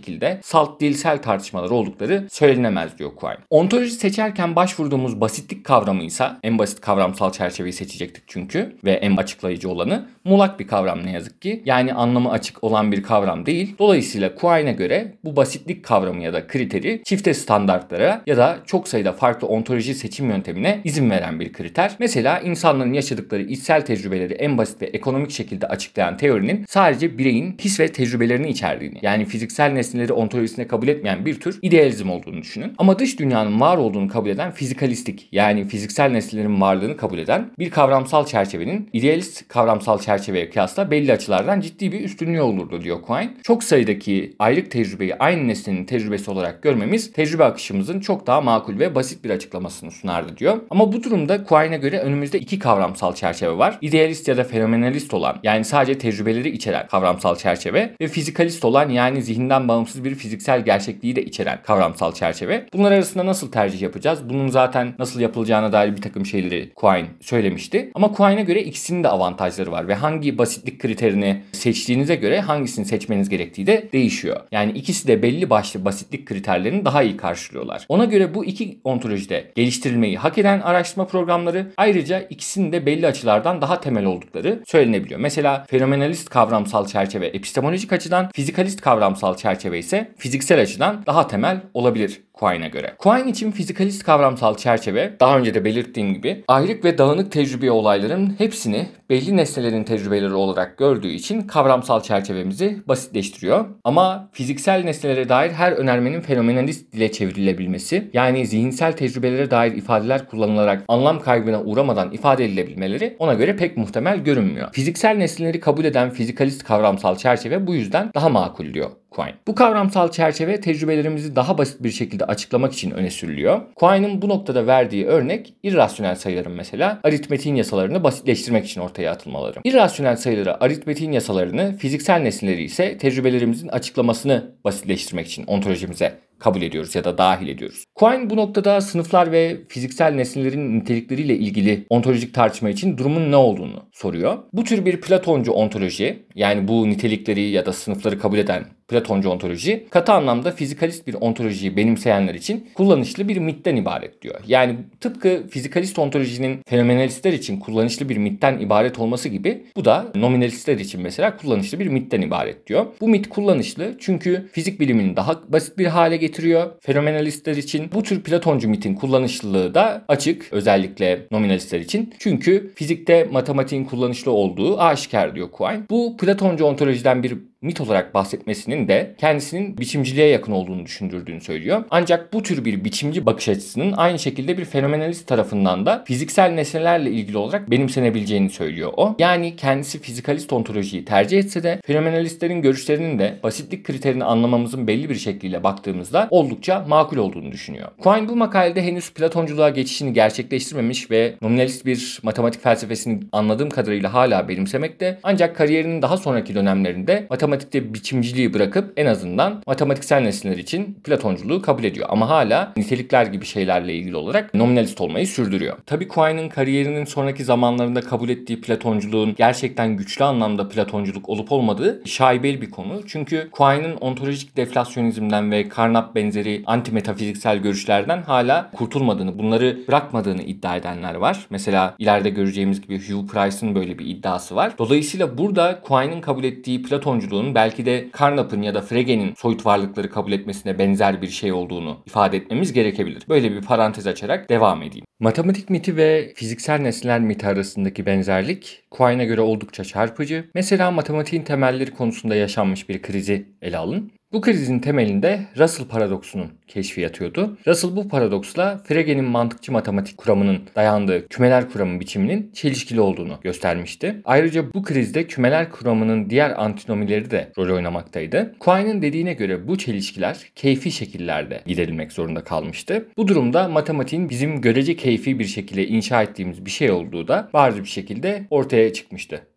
[SPEAKER 1] salt dilsel tartışmalar oldukları söylenemez diyor Quine. Ontoloji seçerken başvurduğumuz basitlik kavramıysa, en basit kavramsal çerçeveyi seçecektik çünkü ve en açıklayıcı olanı, muğlak bir kavram ne yazık ki. Yani anlamı açık olan bir kavram değil. Dolayısıyla Quine'e göre bu basitlik kavramı ya da kriteri çifte standartlara ya da çok sayıda farklı ontoloji seçim yöntemine izin veren bir kriter. Mesela insanların yaşadıkları içsel tecrübeleri en basit ve ekonomik şekilde açıklayan teorinin sadece bireyin his ve tecrübelerini içerdiğini, yani fiziksel nesneleri ontolojisine kabul etmeyen bir tür idealizm olduğunu düşünün. Ama dış dünyanın var olduğunu kabul eden fizikalistik, yani fiziksel nesnelerin varlığını kabul eden bir kavramsal çerçevenin idealist kavramsal çerçeveye kıyasla belli açılardan ciddi bir üstünlüğü olurdu diyor Quine. Çok sayıdaki ayrık tecrübeyi aynı nesnenin tecrübesi olarak görmemiz tecrübe akışımızın çok daha makul ve basit bir açıklamasını sunardı diyor. Ama bu durumda Quine'e göre önümüzde iki kavramsal çerçeve var. İdealist ya da fenomenalist olan, yani sadece tecrübeleri içeren kavramsal çerçeve ve fizikalist olan, yani zihinden bağımsız bir fiziksel gerçekliği de içeren kavramsal çerçeve. Bunlar arasında nasıl tercih yapacağız? Bunun zaten nasıl yapılacağına dair bir takım şeyleri Quine söylemişti. Ama Quine'e göre ikisinin de avantajları var ve hangi basitlik kriterini seçtiğinize göre hangisini seçmeniz gerektiği de değişiyor. Yani ikisi de belli başlı basitlik kriterlerini daha iyi karşılıyorlar. Ona göre bu iki ontolojide geliştirilmeyi hak eden araştırma programları, ayrıca ikisinin de belli açılardan daha temel oldukları söylenebiliyor. Mesela fenomenalist kavramsal çerçeve epistemolojik açıdan, fizikalist kavramsal çerçeve ise fiziksel açıdan daha temel olabilir Quine'e göre. Quine için fizikalist kavramsal çerçeve, daha önce de belirttiğim gibi, ayrık ve dağınık tecrübe olayların hepsini belli nesnelerin tecrübeleri olarak gördüğü için kavramsal çerçevemizi basitleştiriyor. Ama fiziksel nesnelere dair her önermenin fenomenalist dile çevrilebilmesi, yani zihinsel tecrübelere dair ifadeler kullanılarak anlam kaybına uğramadan ifade edilebilmeleri ona göre pek muhtemel görünmüyor. Fiziksel nesneleri kabul eden fizikalist kavramsal çerçeve bu yüzden daha makul diyor Quine. Bu kavramsal çerçeve tecrübelerimizi daha basit bir şekilde açıklamak için öne sürülüyor. Quine'ın bu noktada verdiği örnek irrasyonel sayıların mesela aritmetiğin yasalarını basitleştirmek için ortaya atılmaları. İrrasyonel sayıları aritmetiğin yasalarını, fiziksel nesneleri ise tecrübelerimizin açıklamasını basitleştirmek için ontolojimize kabul ediyoruz ya da dahil ediyoruz. Quine bu noktada sınıflar ve fiziksel nesnelerin nitelikleriyle ilgili ontolojik tartışma için durumun ne olduğunu soruyor. Bu tür bir Platoncu ontoloji, yani bu nitelikleri ya da sınıfları kabul eden Platoncu ontoloji, katı anlamda fizikalist bir ontolojiyi benimseyenler için kullanışlı bir mitten ibaret diyor. Yani tıpkı fizikalist ontolojinin fenomenalistler için kullanışlı bir mitten ibaret olması gibi, bu da nominalistler için mesela kullanışlı bir mitten ibaret diyor. Bu mit kullanışlı çünkü fizik bilimini daha basit bir hale getiriyor. Fenomenalistler için bu tür Platoncu mitin kullanışlılığı da açık, özellikle nominalistler için. Çünkü fizikte matematiğin kullanışlı olduğu aşikar diyor Quine. Bu Platoncu ontolojiden bir mit olarak bahsetmesinin de kendisinin biçimciliğe yakın olduğunu düşündürdüğünü söylüyor. Ancak bu tür bir biçimci bakış açısının aynı şekilde bir fenomenalist tarafından da fiziksel nesnelerle ilgili olarak benimsenebileceğini söylüyor o. Yani kendisi fizikalist ontolojiyi tercih etse de fenomenalistlerin görüşlerinin de basitlik kriterini anlamamızın belli bir şekliyle baktığımızda oldukça makul olduğunu düşünüyor. Quine bu makalede henüz Platonculuğa geçişini gerçekleştirmemiş ve nominalist bir matematik felsefesini anladığım kadarıyla hala benimsemekte. Ancak kariyerinin daha sonraki dönemlerinde matematikte biçimciliği bırakıp en azından matematiksel nesneler için Platonculuğu kabul ediyor. Ama hala nitelikler gibi şeylerle ilgili olarak nominalist olmayı sürdürüyor. Tabii Quine'ın kariyerinin sonraki zamanlarında kabul ettiği Platonculuğun gerçekten güçlü anlamda Platonculuk olup olmadığı şaibeli bir konu. Çünkü Quine'ın ontolojik deflasyonizmden ve Carnap benzeri antimetafiziksel görüşlerden hala kurtulmadığını, bunları bırakmadığını iddia edenler var. Mesela ileride göreceğimiz gibi Hugh Price'ın böyle bir iddiası var. Dolayısıyla burada Quine'ın kabul ettiği Platonculuğun belki de Carnap'ın ya da Frege'nin soyut varlıkları kabul etmesine benzer bir şey olduğunu ifade etmemiz gerekebilir. Böyle bir parantez açarak devam edeyim. Matematik miti ve fiziksel nesneler miti arasındaki benzerlik Quine'e göre oldukça çarpıcı. Mesela matematiğin temelleri konusunda yaşanmış bir krizi ele alın. Bu krizin temelinde Russell paradoksunun keşfi yatıyordu. Russell bu paradoksla Frege'nin mantıkçı matematik kuramının dayandığı kümeler kuramı biçiminin çelişkili olduğunu göstermişti. Ayrıca bu krizde kümeler kuramının diğer antinomileri de rol oynamaktaydı. Quine'ın dediğine göre bu çelişkiler keyfi şekillerde giderilmek zorunda kalmıştı. Bu durumda matematiğin bizim görece keyfi bir şekilde inşa ettiğimiz bir şey olduğu da bariz bir şekilde ortaya çıkmıştı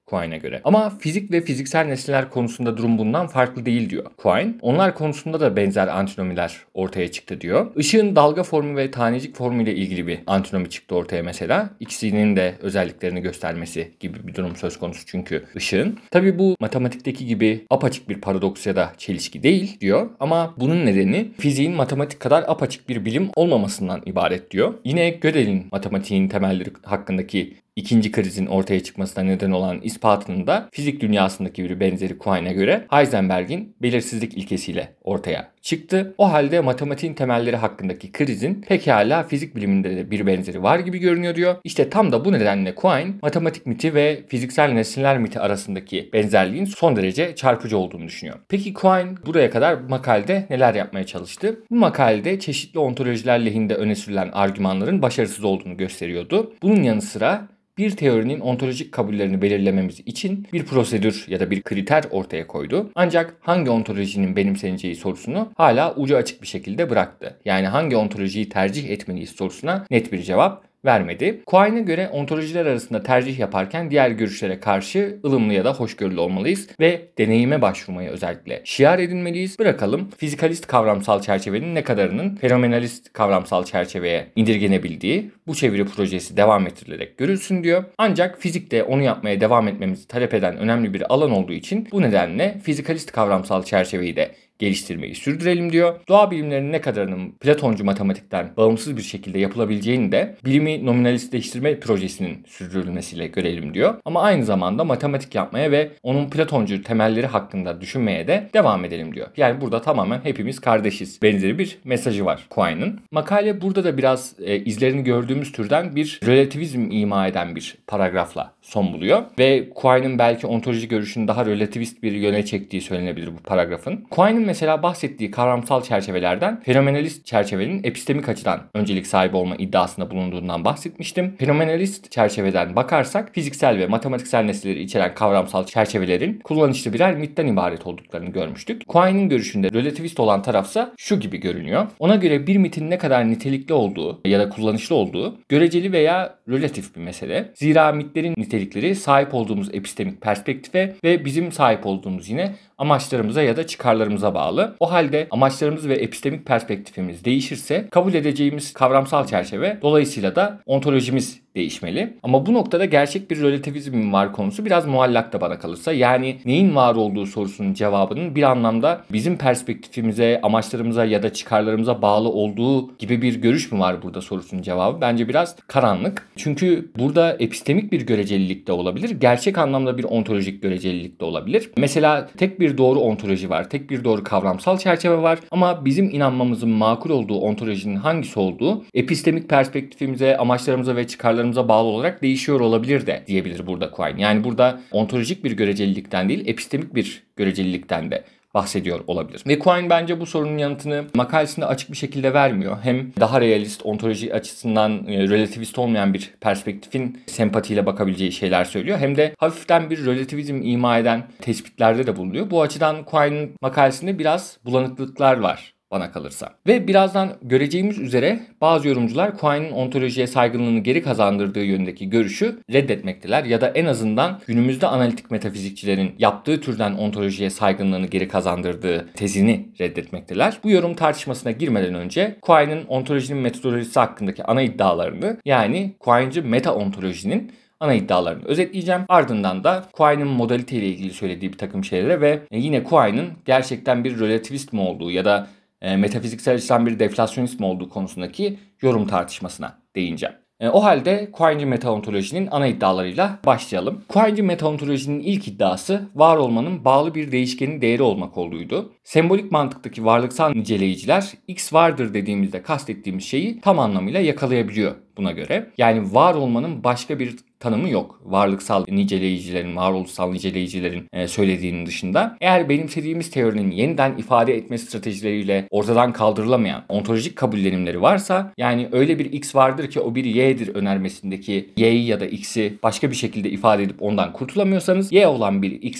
[SPEAKER 1] Quine'e göre. Ama fizik ve fiziksel nesneler konusunda durum bundan farklı değil diyor Quine. Onlar konusunda da benzer antinomiler ortaya çıktı diyor. Işığın dalga formu ve tanecik formu ile ilgili bir antinomi çıktı ortaya mesela. İkisinin de özelliklerini göstermesi gibi bir durum söz konusu çünkü ışığın. Tabii bu matematikteki gibi apaçık bir paradoks ya da çelişki değil diyor. Ama bunun nedeni fiziğin matematik kadar apaçık bir bilim olmamasından ibaret diyor. Yine Gödel'in matematiğin temelleri hakkındaki İkinci krizin ortaya çıkmasına neden olan ispatının da fizik dünyasındaki bir benzeri Quine'e göre Heisenberg'in belirsizlik ilkesiyle ortaya çıktı. O halde matematiğin temelleri hakkındaki krizin pekala fizik biliminde de bir benzeri var gibi görünüyor diyor. İşte tam da bu nedenle Quine matematik miti ve fiziksel nesneler miti arasındaki benzerliğin son derece çarpıcı olduğunu düşünüyor. Peki Quine buraya kadar makalede neler yapmaya çalıştı? Bu makalede çeşitli ontolojiler lehinde öne sürülen argümanların başarısız olduğunu gösteriyordu. Bunun yanı sıra bir teorinin ontolojik kabullerini belirlememiz için bir prosedür ya da bir kriter ortaya koydu. Ancak hangi ontolojinin benimseneceği sorusunu hala ucu açık bir şekilde bıraktı. Yani hangi ontolojiyi tercih etmeliyiz sorusuna net bir cevap vermedi. Quine'e göre ontolojiler arasında tercih yaparken diğer görüşlere karşı ılımlı ya da hoşgörülü olmalıyız ve deneyime başvurmayı özellikle şiar edinmeliyiz. Bırakalım fizikalist kavramsal çerçevenin ne kadarının fenomenalist kavramsal çerçeveye indirgenebildiği bu çeviri projesi devam ettirilerek görülsün diyor. Ancak fizikte onu yapmaya devam etmemizi talep eden önemli bir alan olduğu için bu nedenle fizikalist kavramsal çerçeveyi de geliştirmeyi sürdürelim diyor. Doğa bilimlerinin ne kadarının Platoncu matematikten bağımsız bir şekilde yapılabileceğini de bilimi nominalistleştirme projesinin sürdürülmesiyle görelim diyor. Ama aynı zamanda matematik yapmaya ve onun Platoncu temelleri hakkında düşünmeye de devam edelim diyor. Yani burada tamamen hepimiz kardeşiz benzeri bir mesajı var Quine'ın. Makale burada da biraz izlerini gördüğümüz türden bir relativizm ima eden bir paragrafla son buluyor. Ve Quine'ın belki ontoloji görüşünü daha relativist bir yöne çektiği söylenebilir bu paragrafın. Quine'ın mesela bahsettiği kavramsal çerçevelerden fenomenalist çerçevenin epistemik açıdan öncelik sahibi olma iddiasında bulunduğundan bahsetmiştim. Fenomenalist çerçeveden bakarsak fiziksel ve matematiksel nesneleri içeren kavramsal çerçevelerin kullanışlı birer mitten ibaret olduklarını görmüştük. Quine'ın görüşünde relativist olan tarafsa şu gibi görünüyor. Ona göre bir mitin ne kadar nitelikli olduğu ya da kullanışlı olduğu göreceli veya relatif bir mesele. Zira mitlerin nitelikleri sahip olduğumuz epistemik perspektife ve bizim sahip olduğumuz yine amaçlarımıza ya da çıkarlarımıza bağlı. O halde amaçlarımız ve epistemik perspektifimiz değişirse kabul edeceğimiz kavramsal çerçeve dolayısıyla da ontolojimiz değişmeli. Ama bu noktada gerçek bir relativizm var konusu biraz muallak da bana kalırsa. Yani neyin var olduğu sorusunun cevabının bir anlamda bizim perspektifimize, amaçlarımıza ya da çıkarlarımıza bağlı olduğu gibi bir görüş mü var burada sorusunun cevabı? Bence biraz karanlık. Çünkü burada epistemik bir görecelilik de olabilir. Gerçek anlamda bir ontolojik görecelilik de olabilir. Mesela tek bir doğru ontoloji var. Tek bir doğru kavramsal çerçeve var. Ama bizim inanmamızın makul olduğu ontolojinin hangisi olduğu epistemik perspektifimize, amaçlarımıza ve çıkarlarımıza bağlı olarak değişiyor olabilir de diyebilir burada Quine. Yani burada ontolojik bir görecelilikten değil, epistemik bir görecelilikten de bahsediyor olabilir. Ve Quine bence bu sorunun yanıtını makalesinde açık bir şekilde vermiyor. Hem daha realist, ontoloji açısından relativist olmayan bir perspektifin sempatiyle bakabileceği şeyler söylüyor. Hem de hafiften bir relativizm ima eden tespitlerde de bulunuyor. Bu açıdan Quine'ın makalesinde biraz bulanıklıklar var bana kalırsa. Ve birazdan göreceğimiz üzere bazı yorumcular Quine'ın ontolojiye saygınlığını geri kazandırdığı yönündeki görüşü reddetmekteler ya da en azından günümüzde analitik metafizikçilerin yaptığı türden ontolojiye saygınlığını geri kazandırdığı tezini reddetmekteler. Bu yorum tartışmasına girmeden önce Quine'ın ontolojinin metodolojisi hakkındaki ana iddialarını, yani Quine'cı meta ontolojinin ana iddialarını özetleyeceğim. Ardından da Quine'ın modalite ile ilgili söylediği bir takım şeylere ve yine Quine'ın gerçekten bir relativist mi olduğu ya da metafiziksel açıdan bir deflasyonist mi olduğu konusundaki yorum tartışmasına değineceğim. O halde Quine'cı metaontolojinin ana iddialarıyla başlayalım. Quine'cı metaontolojinin ilk iddiası var olmanın bağlı bir değişkenin değeri olmak olduğuydu. Sembolik mantıktaki varlıksal niceleyiciler X vardır dediğimizde kastettiğimiz şeyi tam anlamıyla yakalayabiliyor buna göre. Yani var olmanın başka bir tanımı yok. Varlıksal niceleyicilerin, varoluşsal niceleyicilerin söylediğinin dışında. Eğer benimsediğimiz teorinin yeniden ifade etme stratejileriyle ortadan kaldırılamayan ontolojik kabullenimleri varsa, yani öyle bir X vardır ki o bir Y'dir önermesindeki Y'yi ya da X'i başka bir şekilde ifade edip ondan kurtulamıyorsanız Y olan bir X'i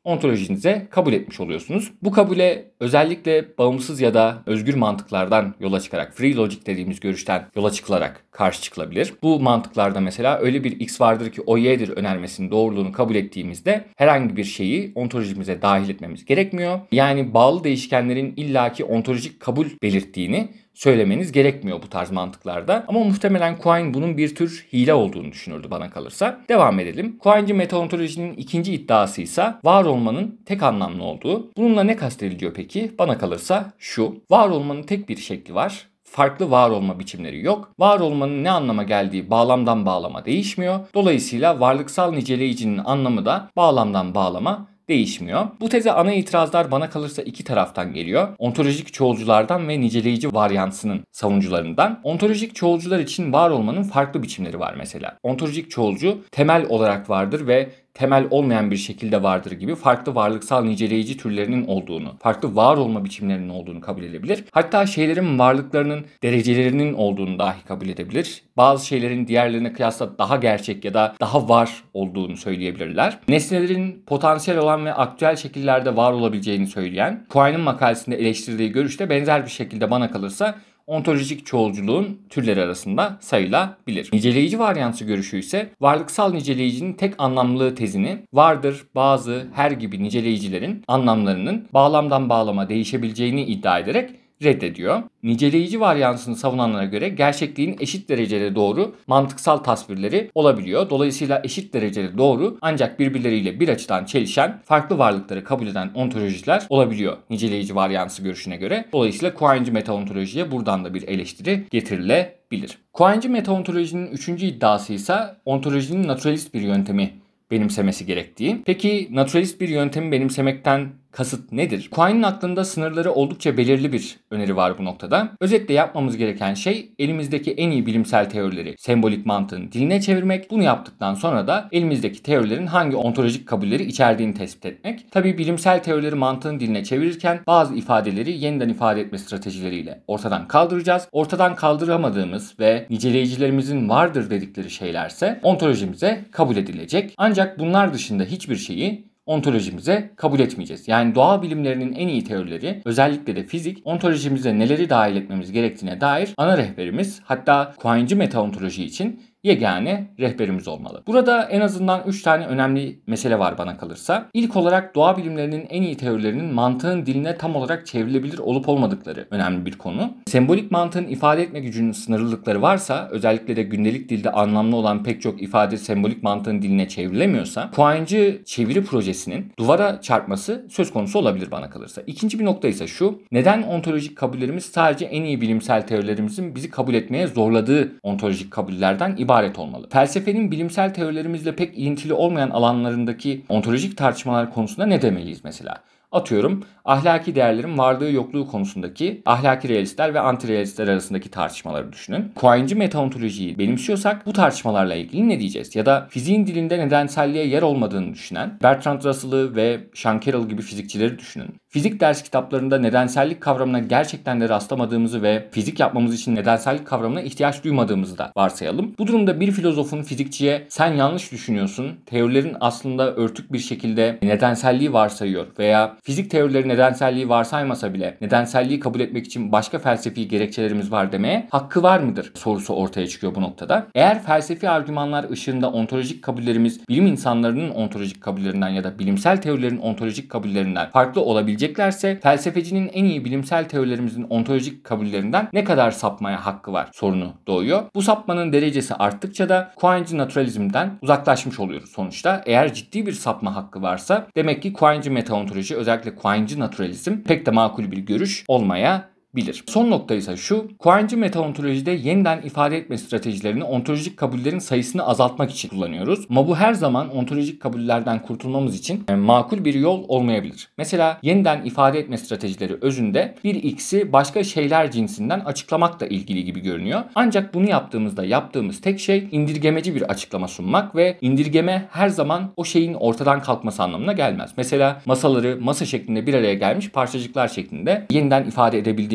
[SPEAKER 1] ontolojinize kabul etmiş oluyorsunuz. Bu kabule özellikle bağımsız ya da özgür mantıklardan yola çıkarak, free logic dediğimiz görüşten yola çıkılarak karşı çıkılabilir. Bu mantıklarda mesela öyle bir x vardır ki o y'dir önermesinin doğruluğunu kabul ettiğimizde herhangi bir şeyi ontolojimize dahil etmemiz gerekmiyor. Yani bağlı değişkenlerin illaki ontolojik kabul belirttiğini söylemeniz gerekmiyor bu tarz mantıklarda. Ama muhtemelen Quine bunun bir tür hile olduğunu düşünürdü bana kalırsa. Devam edelim. Quine'ci metaontolojinin ikinci iddiası ise var olmanın tek anlamlı olduğu. Bununla ne kastediliyor peki? Bana kalırsa şu. Var olmanın tek bir şekli var. Farklı var olma biçimleri yok. Var olmanın ne anlama geldiği bağlamdan bağlama değişmiyor. Dolayısıyla varlıksal niceleyicinin anlamı da bağlamdan bağlama değişmiyor. Bu teze ana itirazlar bana kalırsa iki taraftan geliyor. Ontolojik çoğulculardan ve niceleyici varyansının savunucularından. Ontolojik çoğulcular için var olmanın farklı biçimleri var mesela. Ontolojik çoğulcu temel olarak vardır ve temel olmayan bir şekilde vardır gibi farklı varlıksal niceleyici türlerinin olduğunu, farklı var olma biçimlerinin olduğunu kabul edebilir. Hatta şeylerin varlıklarının derecelerinin olduğunu dahi kabul edebilir. Bazı şeylerin diğerlerine kıyasla daha gerçek ya da daha var olduğunu söyleyebilirler. Nesnelerin potansiyel olan ve aktüel şekillerde var olabileceğini söyleyen, Quine'ın makalesinde eleştirdiği görüş de benzer bir şekilde bana kalırsa ontolojik çoğulculuğun türleri arasında sayılabilir. Niceleyici varyansı görüşü ise varlıksal niceleyicinin tek anlamlılığı tezini vardır, bazı, her gibi niceleyicilerin anlamlarının bağlamdan bağlama değişebileceğini iddia ederek reddediyor. Niceleyici varyansını savunanlara göre gerçekliğin eşit derecede doğru mantıksal tasvirleri olabiliyor. Dolayısıyla eşit derecede doğru ancak birbirleriyle bir açıdan çelişen farklı varlıkları kabul eden ontolojiler olabiliyor niceleyici varyansı görüşüne göre. Dolayısıyla Quine'ci metaontolojiye buradan da bir eleştiri getirilebilir. Quine'ci metaontolojinin üçüncü iddiası ise ontolojinin naturalist bir yöntemi benimsemesi gerektiği. Peki naturalist bir yöntemi benimsemekten kasıt nedir? Quine'ın aklında sınırları oldukça belirli bir öneri var bu noktada. Özetle yapmamız gereken şey elimizdeki en iyi bilimsel teorileri sembolik mantığın diline çevirmek. Bunu yaptıktan sonra da elimizdeki teorilerin hangi ontolojik kabulleri içerdiğini tespit etmek. Tabii bilimsel teorileri mantığın diline çevirirken bazı ifadeleri yeniden ifade etme stratejileriyle ortadan kaldıracağız. Ortadan kaldıramadığımız ve niceleyicilerimizin vardır dedikleri şeylerse ontolojimize kabul edilecek. Ancak bunlar dışında hiçbir şeyi ontolojimize kabul etmeyeceğiz. Yani doğa bilimlerinin en iyi teorileri, özellikle de fizik, ontolojimize neleri dahil etmemiz gerektiğine dair ana rehberimiz, hatta Quine'ci metaontoloji için yegane rehberimiz olmalı. Burada en azından 3 tane önemli mesele var bana kalırsa. İlk olarak doğa bilimlerinin en iyi teorilerinin mantığın diline tam olarak çevrilebilir olup olmadıkları önemli bir konu. Sembolik mantığın ifade etme gücünün sınırlılıkları varsa, özellikle de gündelik dilde anlamlı olan pek çok ifade sembolik mantığın diline çevrilemiyorsa, Quine'ci çeviri projesinin duvara çarpması söz konusu olabilir bana kalırsa. İkinci bir nokta ise şu: neden ontolojik kabullerimiz sadece en iyi bilimsel teorilerimizin bizi kabul etmeye zorladığı ontolojik kabullerden ibaret olmalı? Felsefenin bilimsel teorilerimizle pek ilintili olmayan alanlarındaki ontolojik tartışmalar konusunda ne demeliyiz mesela? Atıyorum, ahlaki değerlerin varlığı yokluğu konusundaki ahlaki realistler ve anti-realistler arasındaki tartışmaları düşünün. Quine'ci metaontolojiyi benimsiyorsak bu tartışmalarla ilgili ne diyeceğiz? Ya da fiziğin dilinde nedenselliğe yer olmadığını düşünen Bertrand Russell'ı ve Sean Carroll gibi fizikçileri düşünün. Fizik ders kitaplarında nedensellik kavramına gerçekten de rastlamadığımızı ve fizik yapmamız için nedensellik kavramına ihtiyaç duymadığımızı da varsayalım. Bu durumda bir filozofun fizikçiye "sen yanlış düşünüyorsun, teorilerin aslında örtük bir şekilde nedenselliği varsayıyor" veya "fizik teorileri nedenselliği varsaymasa bile nedenselliği kabul etmek için başka felsefi gerekçelerimiz var" demeye hakkı var mıdır sorusu ortaya çıkıyor bu noktada. Eğer felsefi argümanlar ışığında ontolojik kabullerimiz bilim insanlarının ontolojik kabullerinden ya da bilimsel teorilerin ontolojik kabullerinden farklı olabileceklerse, felsefecinin en iyi bilimsel teorilerimizin ontolojik kabullerinden ne kadar sapmaya hakkı var sorunu doğuyor. Bu sapmanın derecesi arttıkça da Quine'ci naturalizmden uzaklaşmış oluyoruz sonuçta. Eğer ciddi bir sapma hakkı varsa demek ki Quine'ci metaontoloji, özellikle Quine'ci naturalizm pek de makul bir görüş olmayabilir. Son nokta ise şu: Quine'ci metaontolojide yeniden ifade etme stratejilerini ontolojik kabullerin sayısını azaltmak için kullanıyoruz. Ama bu her zaman ontolojik kabullerden kurtulmamız için makul bir yol olmayabilir. Mesela yeniden ifade etme stratejileri özünde bir x'i başka şeyler cinsinden açıklamakla ilgili gibi görünüyor. Ancak bunu yaptığımızda yaptığımız tek şey indirgemeci bir açıklama sunmak ve indirgeme her zaman o şeyin ortadan kalkması anlamına gelmez. Mesela masaları masa şeklinde bir araya gelmiş parçacıklar şeklinde yeniden ifade edebildiğimiz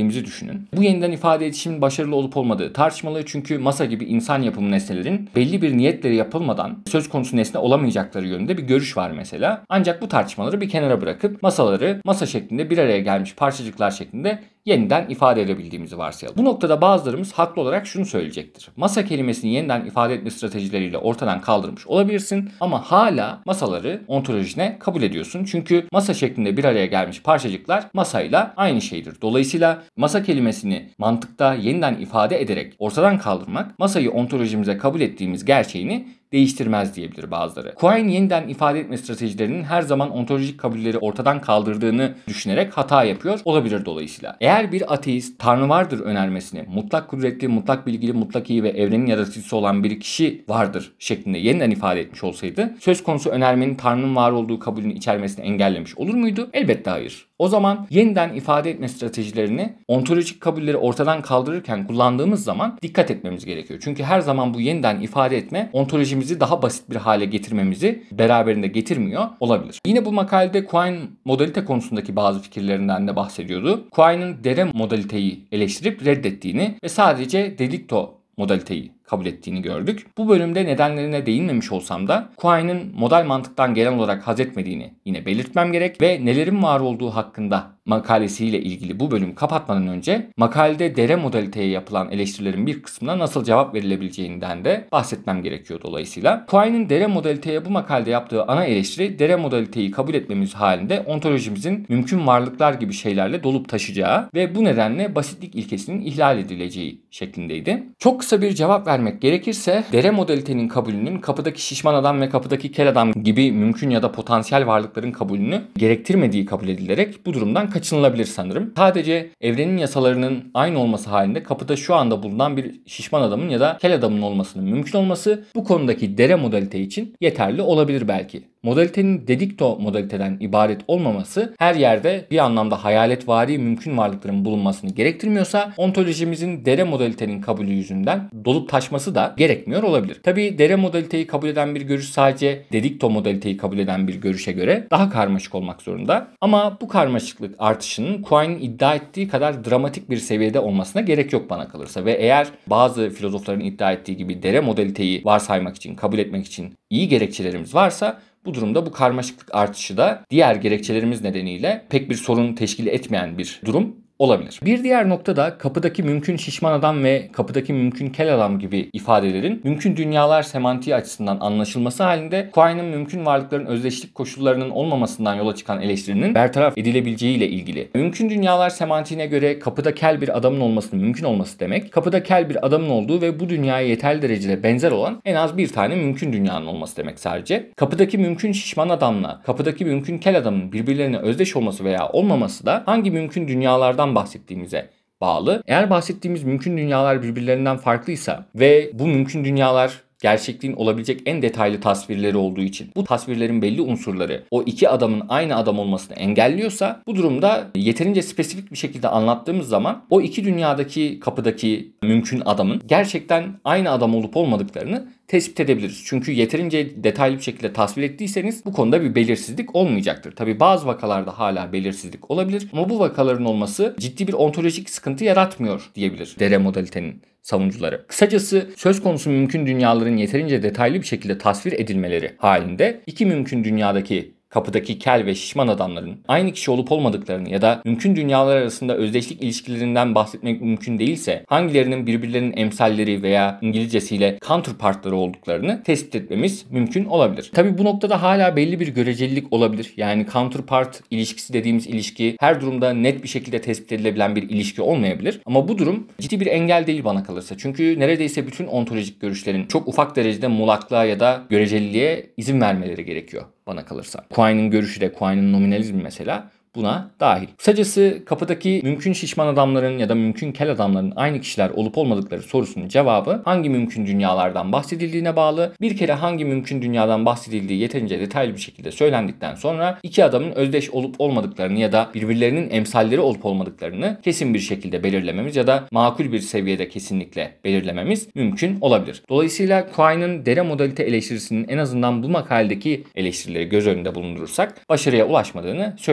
[SPEAKER 1] edildiğimizi düşünün. Bu yeniden ifade edişimin başarılı olup olmadığı tartışmalı, çünkü masa gibi insan yapımı nesnelerin belli bir niyetleri yapılmadan söz konusu nesne olamayacakları yönünde bir görüş var mesela. Ancak bu tartışmaları bir kenara bırakıp masaları masa şeklinde bir araya gelmiş parçacıklar şeklinde yeniden ifade edebildiğimizi varsayalım. Bu noktada bazılarımız haklı olarak şunu söyleyecektir: masa kelimesini yeniden ifade etme stratejileriyle ortadan kaldırmış olabilirsin ama hala masaları ontolojine kabul ediyorsun. Çünkü masa şeklinde bir araya gelmiş parçacıklar masayla aynı şeydir. Dolayısıyla masa kelimesini mantıkta yeniden ifade ederek ortadan kaldırmak masayı ontolojimize kabul ettiğimiz gerçeğini değiştirmez diyebilir bazıları. Quine yeniden ifade etme stratejilerinin her zaman ontolojik kabulleri ortadan kaldırdığını düşünerek hata yapıyor olabilir dolayısıyla. Eğer bir ateist Tanrı vardır önermesini mutlak kudretli, mutlak bilgili, mutlak iyi ve evrenin yaratıcısı olan bir kişi vardır şeklinde yeniden ifade etmiş olsaydı söz konusu önermenin Tanrı'nın var olduğu kabulünü içermesini engellemiş olur muydu? Elbette hayır. O zaman yeniden ifade etme stratejilerini ontolojik kabulleri ortadan kaldırırken kullandığımız zaman dikkat etmemiz gerekiyor. Çünkü her zaman bu yeniden ifade etme ontolojimizi daha basit bir hale getirmemizi beraberinde getirmiyor olabilir. Yine bu makalede Quine modalite konusundaki bazı fikirlerinden de bahsediyordu. Quine'ın dere modaliteyi eleştirip reddettiğini ve sadece delicto modaliteyi kabul ettiğini gördük. Bu bölümde nedenlerine değinmemiş olsam da Quine'ın modal mantıktan genel olarak haz etmediğini yine belirtmem gerek ve nelerin var olduğu hakkında makalesiyle ilgili bu bölümü kapatmadan önce makalede dere modaliteye yapılan eleştirilerin bir kısmına nasıl cevap verilebileceğinden de bahsetmem gerekiyor dolayısıyla. Quine'ın dere modaliteye bu makalede yaptığı ana eleştiri, dere modaliteyi kabul etmemiz halinde ontolojimizin mümkün varlıklar gibi şeylerle dolup taşacağı ve bu nedenle basitlik ilkesinin ihlal edileceği şeklindeydi. Çok kısa bir cevap vermek gerekirse, dere modalitenin kabulünün kapıdaki şişman adam ve kapıdaki kel adam gibi mümkün ya da potansiyel varlıkların kabulünü gerektirmediği kabul edilerek bu durumdan kaçınılabilir sanırım. Sadece evrenin yasalarının aynı olması halinde kapıda şu anda bulunan bir şişman adamın ya da kel adamın olmasının mümkün olması bu konudaki dere modalite için yeterli olabilir belki. Modalitenin dedikto modaliteden ibaret olmaması her yerde bir anlamda hayaletvari mümkün varlıkların bulunmasını gerektirmiyorsa ontolojimizin dere modalitenin kabulü yüzünden dolup taşması da gerekmiyor olabilir. Tabii dere modaliteyi kabul eden bir görüş sadece dedikto modaliteyi kabul eden bir görüşe göre daha karmaşık olmak zorunda. Ama bu karmaşıklık artışının Quine'in iddia ettiği kadar dramatik bir seviyede olmasına gerek yok bana kalırsa ve eğer bazı filozofların iddia ettiği gibi dere modaliteyi varsaymak için, kabul etmek için iyi gerekçelerimiz varsa bu durumda bu karmaşıklık artışı da diğer gerekçelerimiz nedeniyle pek bir sorun teşkil etmeyen bir durum olabilir. Bir diğer nokta da kapıdaki mümkün şişman adam ve kapıdaki mümkün kel adam gibi ifadelerin mümkün dünyalar semantiği açısından anlaşılması halinde Quine'ın mümkün varlıkların özdeşlik koşullarının olmamasından yola çıkan eleştirinin bertaraf edilebileceği ile ilgili. Mümkün dünyalar semantiğine göre kapıda kel bir adamın olmasının mümkün olması demek, kapıda kel bir adamın olduğu ve bu dünyaya yeterli derecede benzer olan en az bir tane mümkün dünyanın olması demek sadece. Kapıdaki mümkün şişman adamla kapıdaki mümkün kel adamın birbirlerine özdeş olması veya olmaması da hangi mümkün dünyalardan bahsettiğimize bağlı. Eğer bahsettiğimiz mümkün dünyalar birbirlerinden farklıysa ve bu mümkün dünyalar gerçekliğin olabilecek en detaylı tasvirleri olduğu için bu tasvirlerin belli unsurları o iki adamın aynı adam olmasını engelliyorsa bu durumda yeterince spesifik bir şekilde anlattığımız zaman o iki dünyadaki kapıdaki mümkün adamın gerçekten aynı adam olup olmadıklarını tespit edebiliriz. Çünkü yeterince detaylı bir şekilde tasvir ettiyseniz bu konuda bir belirsizlik olmayacaktır. Tabii bazı vakalarda hala belirsizlik olabilir ama bu vakaların olması ciddi bir ontolojik sıkıntı yaratmıyor diyebilir dere modalitenin savunucuları. Kısacası söz konusu mümkün dünyaların yeterince detaylı bir şekilde tasvir edilmeleri halinde iki mümkün dünyadaki kapıdaki kel ve şişman adamların aynı kişi olup olmadıklarını ya da mümkün dünyalar arasında özdeşlik ilişkilerinden bahsetmek mümkün değilse hangilerinin birbirlerinin emsalleri veya İngilizcesiyle counterpartları olduklarını tespit etmemiz mümkün olabilir. Tabii bu noktada hala belli bir görecelilik olabilir. Yani counterpart ilişkisi dediğimiz ilişki her durumda net bir şekilde tespit edilebilen bir ilişki olmayabilir. Ama bu durum ciddi bir engel değil bana kalırsa. Çünkü neredeyse bütün ontolojik görüşlerin çok ufak derecede muğlaklığa ya da göreceliliğe izin vermeleri gerekiyor bana kalırsa. Quine'ın görüşü de, Quine'ın nominalizmi mesela buna dahil. Kısacası kapıdaki mümkün şişman adamların ya da mümkün kel adamların aynı kişiler olup olmadıkları sorusunun cevabı hangi mümkün dünyalardan bahsedildiğine bağlı. Bir kere hangi mümkün dünyadan bahsedildiği yeterince detaylı bir şekilde söylendikten sonra iki adamın özdeş olup olmadıklarını ya da birbirlerinin emsalleri olup olmadıklarını kesin bir şekilde belirlememiz ya da makul bir seviyede kesinlikle belirlememiz mümkün olabilir. Dolayısıyla Quine'ın dere modalite eleştirisinin en azından bu makaledeki eleştirileri göz önünde bulundurursak başarıya ulaşmadığını söyleyebiliriz.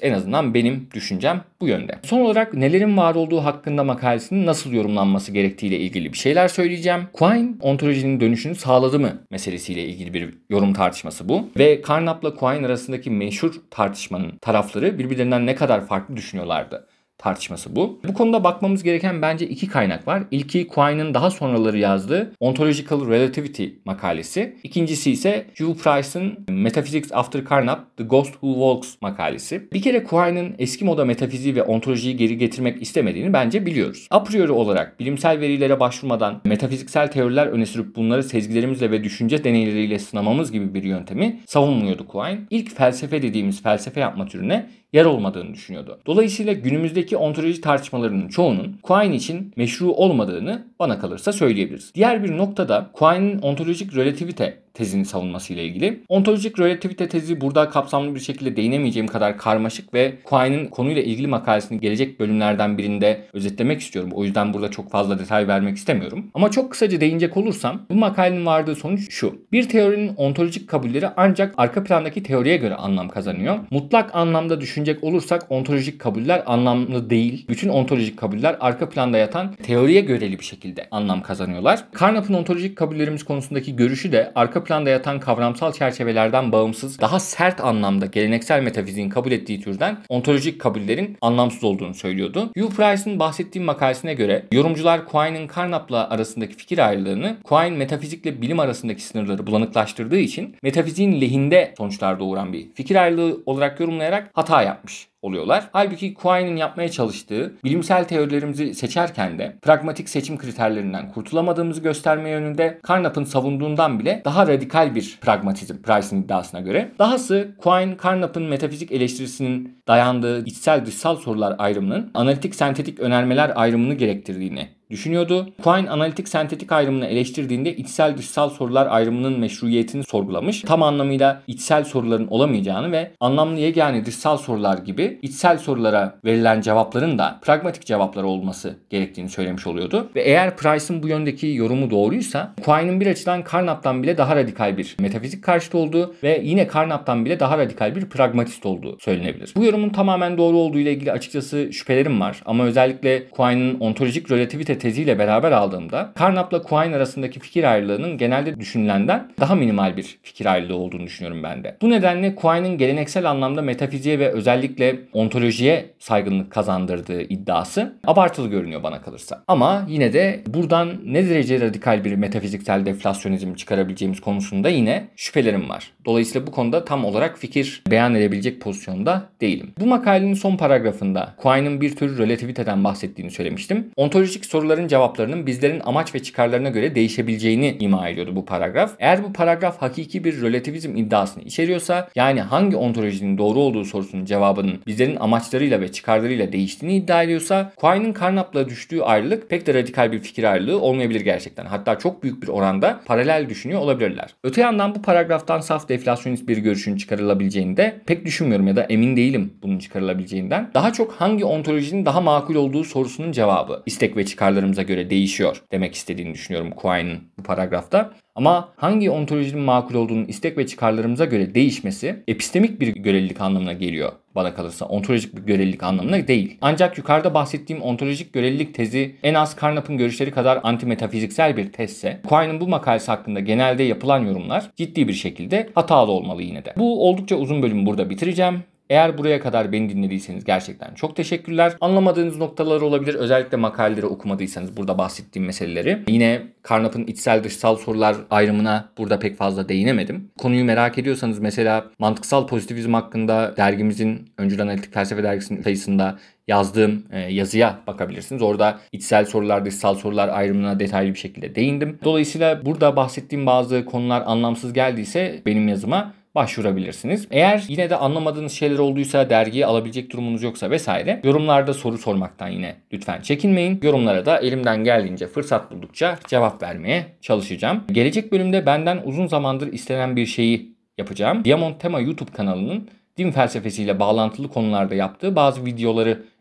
[SPEAKER 1] En azından benim düşüncem bu yönde. Son olarak nelerin var olduğu hakkında makalesinin nasıl yorumlanması gerektiğiyle ilgili bir şeyler söyleyeceğim. Quine ontolojinin dönüşünü sağladı mı meselesiyle ilgili bir yorum tartışması bu. Ve Carnap'la Quine arasındaki meşhur tartışmanın tarafları birbirlerinden ne kadar farklı düşünüyorlardı tartışması bu. Bu konuda bakmamız gereken bence iki kaynak var. İlki Quine'ın daha sonraları yazdığı Ontological Relativity makalesi. İkincisi ise Hugh Price'ın Metaphysics After Carnap, The Ghost Who Walks makalesi. Bir kere Quine'ın eski moda metafiziği ve ontolojiyi geri getirmek istemediğini bence biliyoruz. A priori olarak bilimsel verilere başvurmadan metafiziksel teoriler öne sürüp bunları sezgilerimizle ve düşünce deneyleriyle sınamamız gibi bir yöntemi savunmuyordu Quine. İlk felsefe dediğimiz felsefe yapma türüne yer olmadığını düşünüyordu. Dolayısıyla günümüzdeki ontoloji tartışmalarının çoğunun Quine için meşru olmadığını bana kalırsa söyleyebiliriz. Diğer bir noktada Quine'in ontolojik relativite tezini savunmasıyla ilgili. Ontolojik relativite tezi burada kapsamlı bir şekilde değinemeyeceğim kadar karmaşık ve Quine'in konuyla ilgili makalesini gelecek bölümlerden birinde özetlemek istiyorum. O yüzden burada çok fazla detay vermek istemiyorum. Ama çok kısaca değinecek olursam bu makalenin vardığı sonuç şu. Bir teorinin ontolojik kabulleri ancak arka plandaki teoriye göre anlam kazanıyor. Mutlak anlamda düşünecek olursak ontolojik kabuller anlamlı değil. Bütün ontolojik kabuller arka planda yatan teoriye göreli bir şekilde anlam kazanıyorlar. Carnap'ın ontolojik kabullerimiz konusundaki görüşü de arka planda yatan kavramsal çerçevelerden bağımsız, daha sert anlamda geleneksel metafiziğin kabul ettiği türden ontolojik kabullerin anlamsız olduğunu söylüyordu. Hugh Price'ın bahsettiğim makalesine göre yorumcular Quine'ın Carnap'la arasındaki fikir ayrılığını Quine metafizikle bilim arasındaki sınırları bulanıklaştırdığı için metafiziğin lehinde sonuçlar doğuran bir fikir ayrılığı olarak yorumlayarak hata yapmış oluyorlar. Halbuki Quine'in yapmaya çalıştığı bilimsel teorilerimizi seçerken de pragmatik seçim kriterlerinden kurtulamadığımızı gösterme yönünde Carnap'ın savunduğundan bile daha radikal bir pragmatizm Price'ın iddiasına göre. Dahası Quine, Carnap'ın metafizik eleştirisinin dayandığı içsel dışsal sorular ayrımının analitik sentetik önermeler ayrımını gerektirdiğini düşünüyordu. Quine analitik sentetik ayrımını eleştirdiğinde içsel dışsal sorular ayrımının meşruiyetini sorgulamış. Tam anlamıyla içsel soruların olamayacağını ve anlamlı yegane dışsal sorular gibi içsel sorulara verilen cevapların da pragmatik cevaplar olması gerektiğini söylemiş oluyordu. Ve eğer Price'ın bu yöndeki yorumu doğruysa Quine'ın bir açıdan Carnap'tan bile daha radikal bir metafizik karşıtı olduğu ve yine Carnap'tan bile daha radikal bir pragmatist olduğu söylenebilir. Bu yorumun tamamen doğru olduğu ile ilgili açıkçası şüphelerim var ama özellikle Quine'ın ontolojik relativite teziyle beraber aldığımda Carnap'la Quine arasındaki fikir ayrılığının genelde düşünülenden daha minimal bir fikir ayrılığı olduğunu düşünüyorum ben de. Bu nedenle Quine'ın geleneksel anlamda metafiziğe ve özellikle ontolojiye saygınlık kazandırdığı iddiası abartılı görünüyor bana kalırsa. Ama yine de buradan ne derece radikal bir metafiziksel deflasyonizm çıkarabileceğimiz konusunda yine şüphelerim var. Dolayısıyla bu konuda tam olarak fikir beyan edebilecek pozisyonda değilim. Bu makalenin son paragrafında Quine'ın bir tür relativiteden bahsettiğini söylemiştim. Ontolojik soruların cevaplarının bizlerin amaç ve çıkarlarına göre değişebileceğini ima ediyordu bu paragraf. Eğer bu paragraf hakiki bir relativizm iddiasını içeriyorsa, yani hangi ontolojinin doğru olduğu sorusunun cevabının bizlerin amaçlarıyla ve çıkarlarıyla değiştiğini iddia ediyorsa, Quine'ın Carnap'la düştüğü ayrılık pek de radikal bir fikir ayrılığı olmayabilir gerçekten. Hatta çok büyük bir oranda paralel düşünüyor olabilirler. Öte yandan bu paragraftan saf deflasyonist bir görüşün çıkarılabileceğini de pek düşünmüyorum ya da emin değilim bunun çıkarılabileceğinden. Daha çok hangi ontolojinin daha makul olduğu sorusunun cevabı istek ve çıkarlarımıza göre değişiyor demek istediğini düşünüyorum Quine'ın bu paragrafta. Ama hangi ontolojinin makul olduğunun istek ve çıkarlarımıza göre değişmesi epistemik bir görelilik anlamına geliyor bana kalırsa. Ontolojik bir görelilik anlamına değil. Ancak yukarıda bahsettiğim ontolojik görelilik tezi en az Carnap'ın görüşleri kadar antimetafiziksel bir tezse, Quine'ın bu makalesi hakkında genelde yapılan yorumlar ciddi bir şekilde hatalı olmalı yine de. Bu oldukça uzun bölümü burada bitireceğim. Eğer buraya kadar beni dinlediyseniz gerçekten çok teşekkürler. Anlamadığınız noktalar olabilir. Özellikle makaleleri okumadıysanız burada bahsettiğim meseleleri. Yine Carnap'ın içsel dışsal sorular ayrımına burada pek fazla değinemedim. Konuyu merak ediyorsanız mesela mantıksal pozitivizm hakkında dergimizin Öncül Analitik Felsefe dergisinin sayısında yazdığım yazıya bakabilirsiniz. Orada içsel sorular, dışsal sorular ayrımına detaylı bir şekilde değindim. Dolayısıyla burada bahsettiğim bazı konular anlamsız geldiyse benim yazıma başvurabilirsiniz. Eğer yine de anlamadığınız şeyler olduysa, dergiyi alabilecek durumunuz yoksa vesaire, yorumlarda soru sormaktan yine lütfen çekinmeyin. Yorumlara da elimden geldiğince fırsat buldukça cevap vermeye çalışacağım. Gelecek bölümde benden uzun zamandır istenen bir şeyi yapacağım. Diamond Tema YouTube kanalının din felsefesiyle bağlantılı konularda yaptığı bazı videoları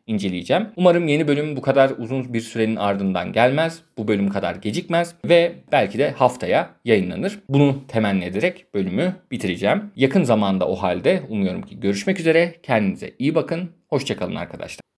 [SPEAKER 1] inceleyeceğim. Umarım yeni bölüm bu kadar uzun bir sürenin ardından gelmez. Bu bölüm kadar gecikmez ve belki de haftaya yayınlanır. Bunu temenni ederek bölümü bitireceğim. Yakın zamanda o halde umuyorum ki görüşmek üzere. Kendinize iyi bakın. Hoşça kalın arkadaşlar.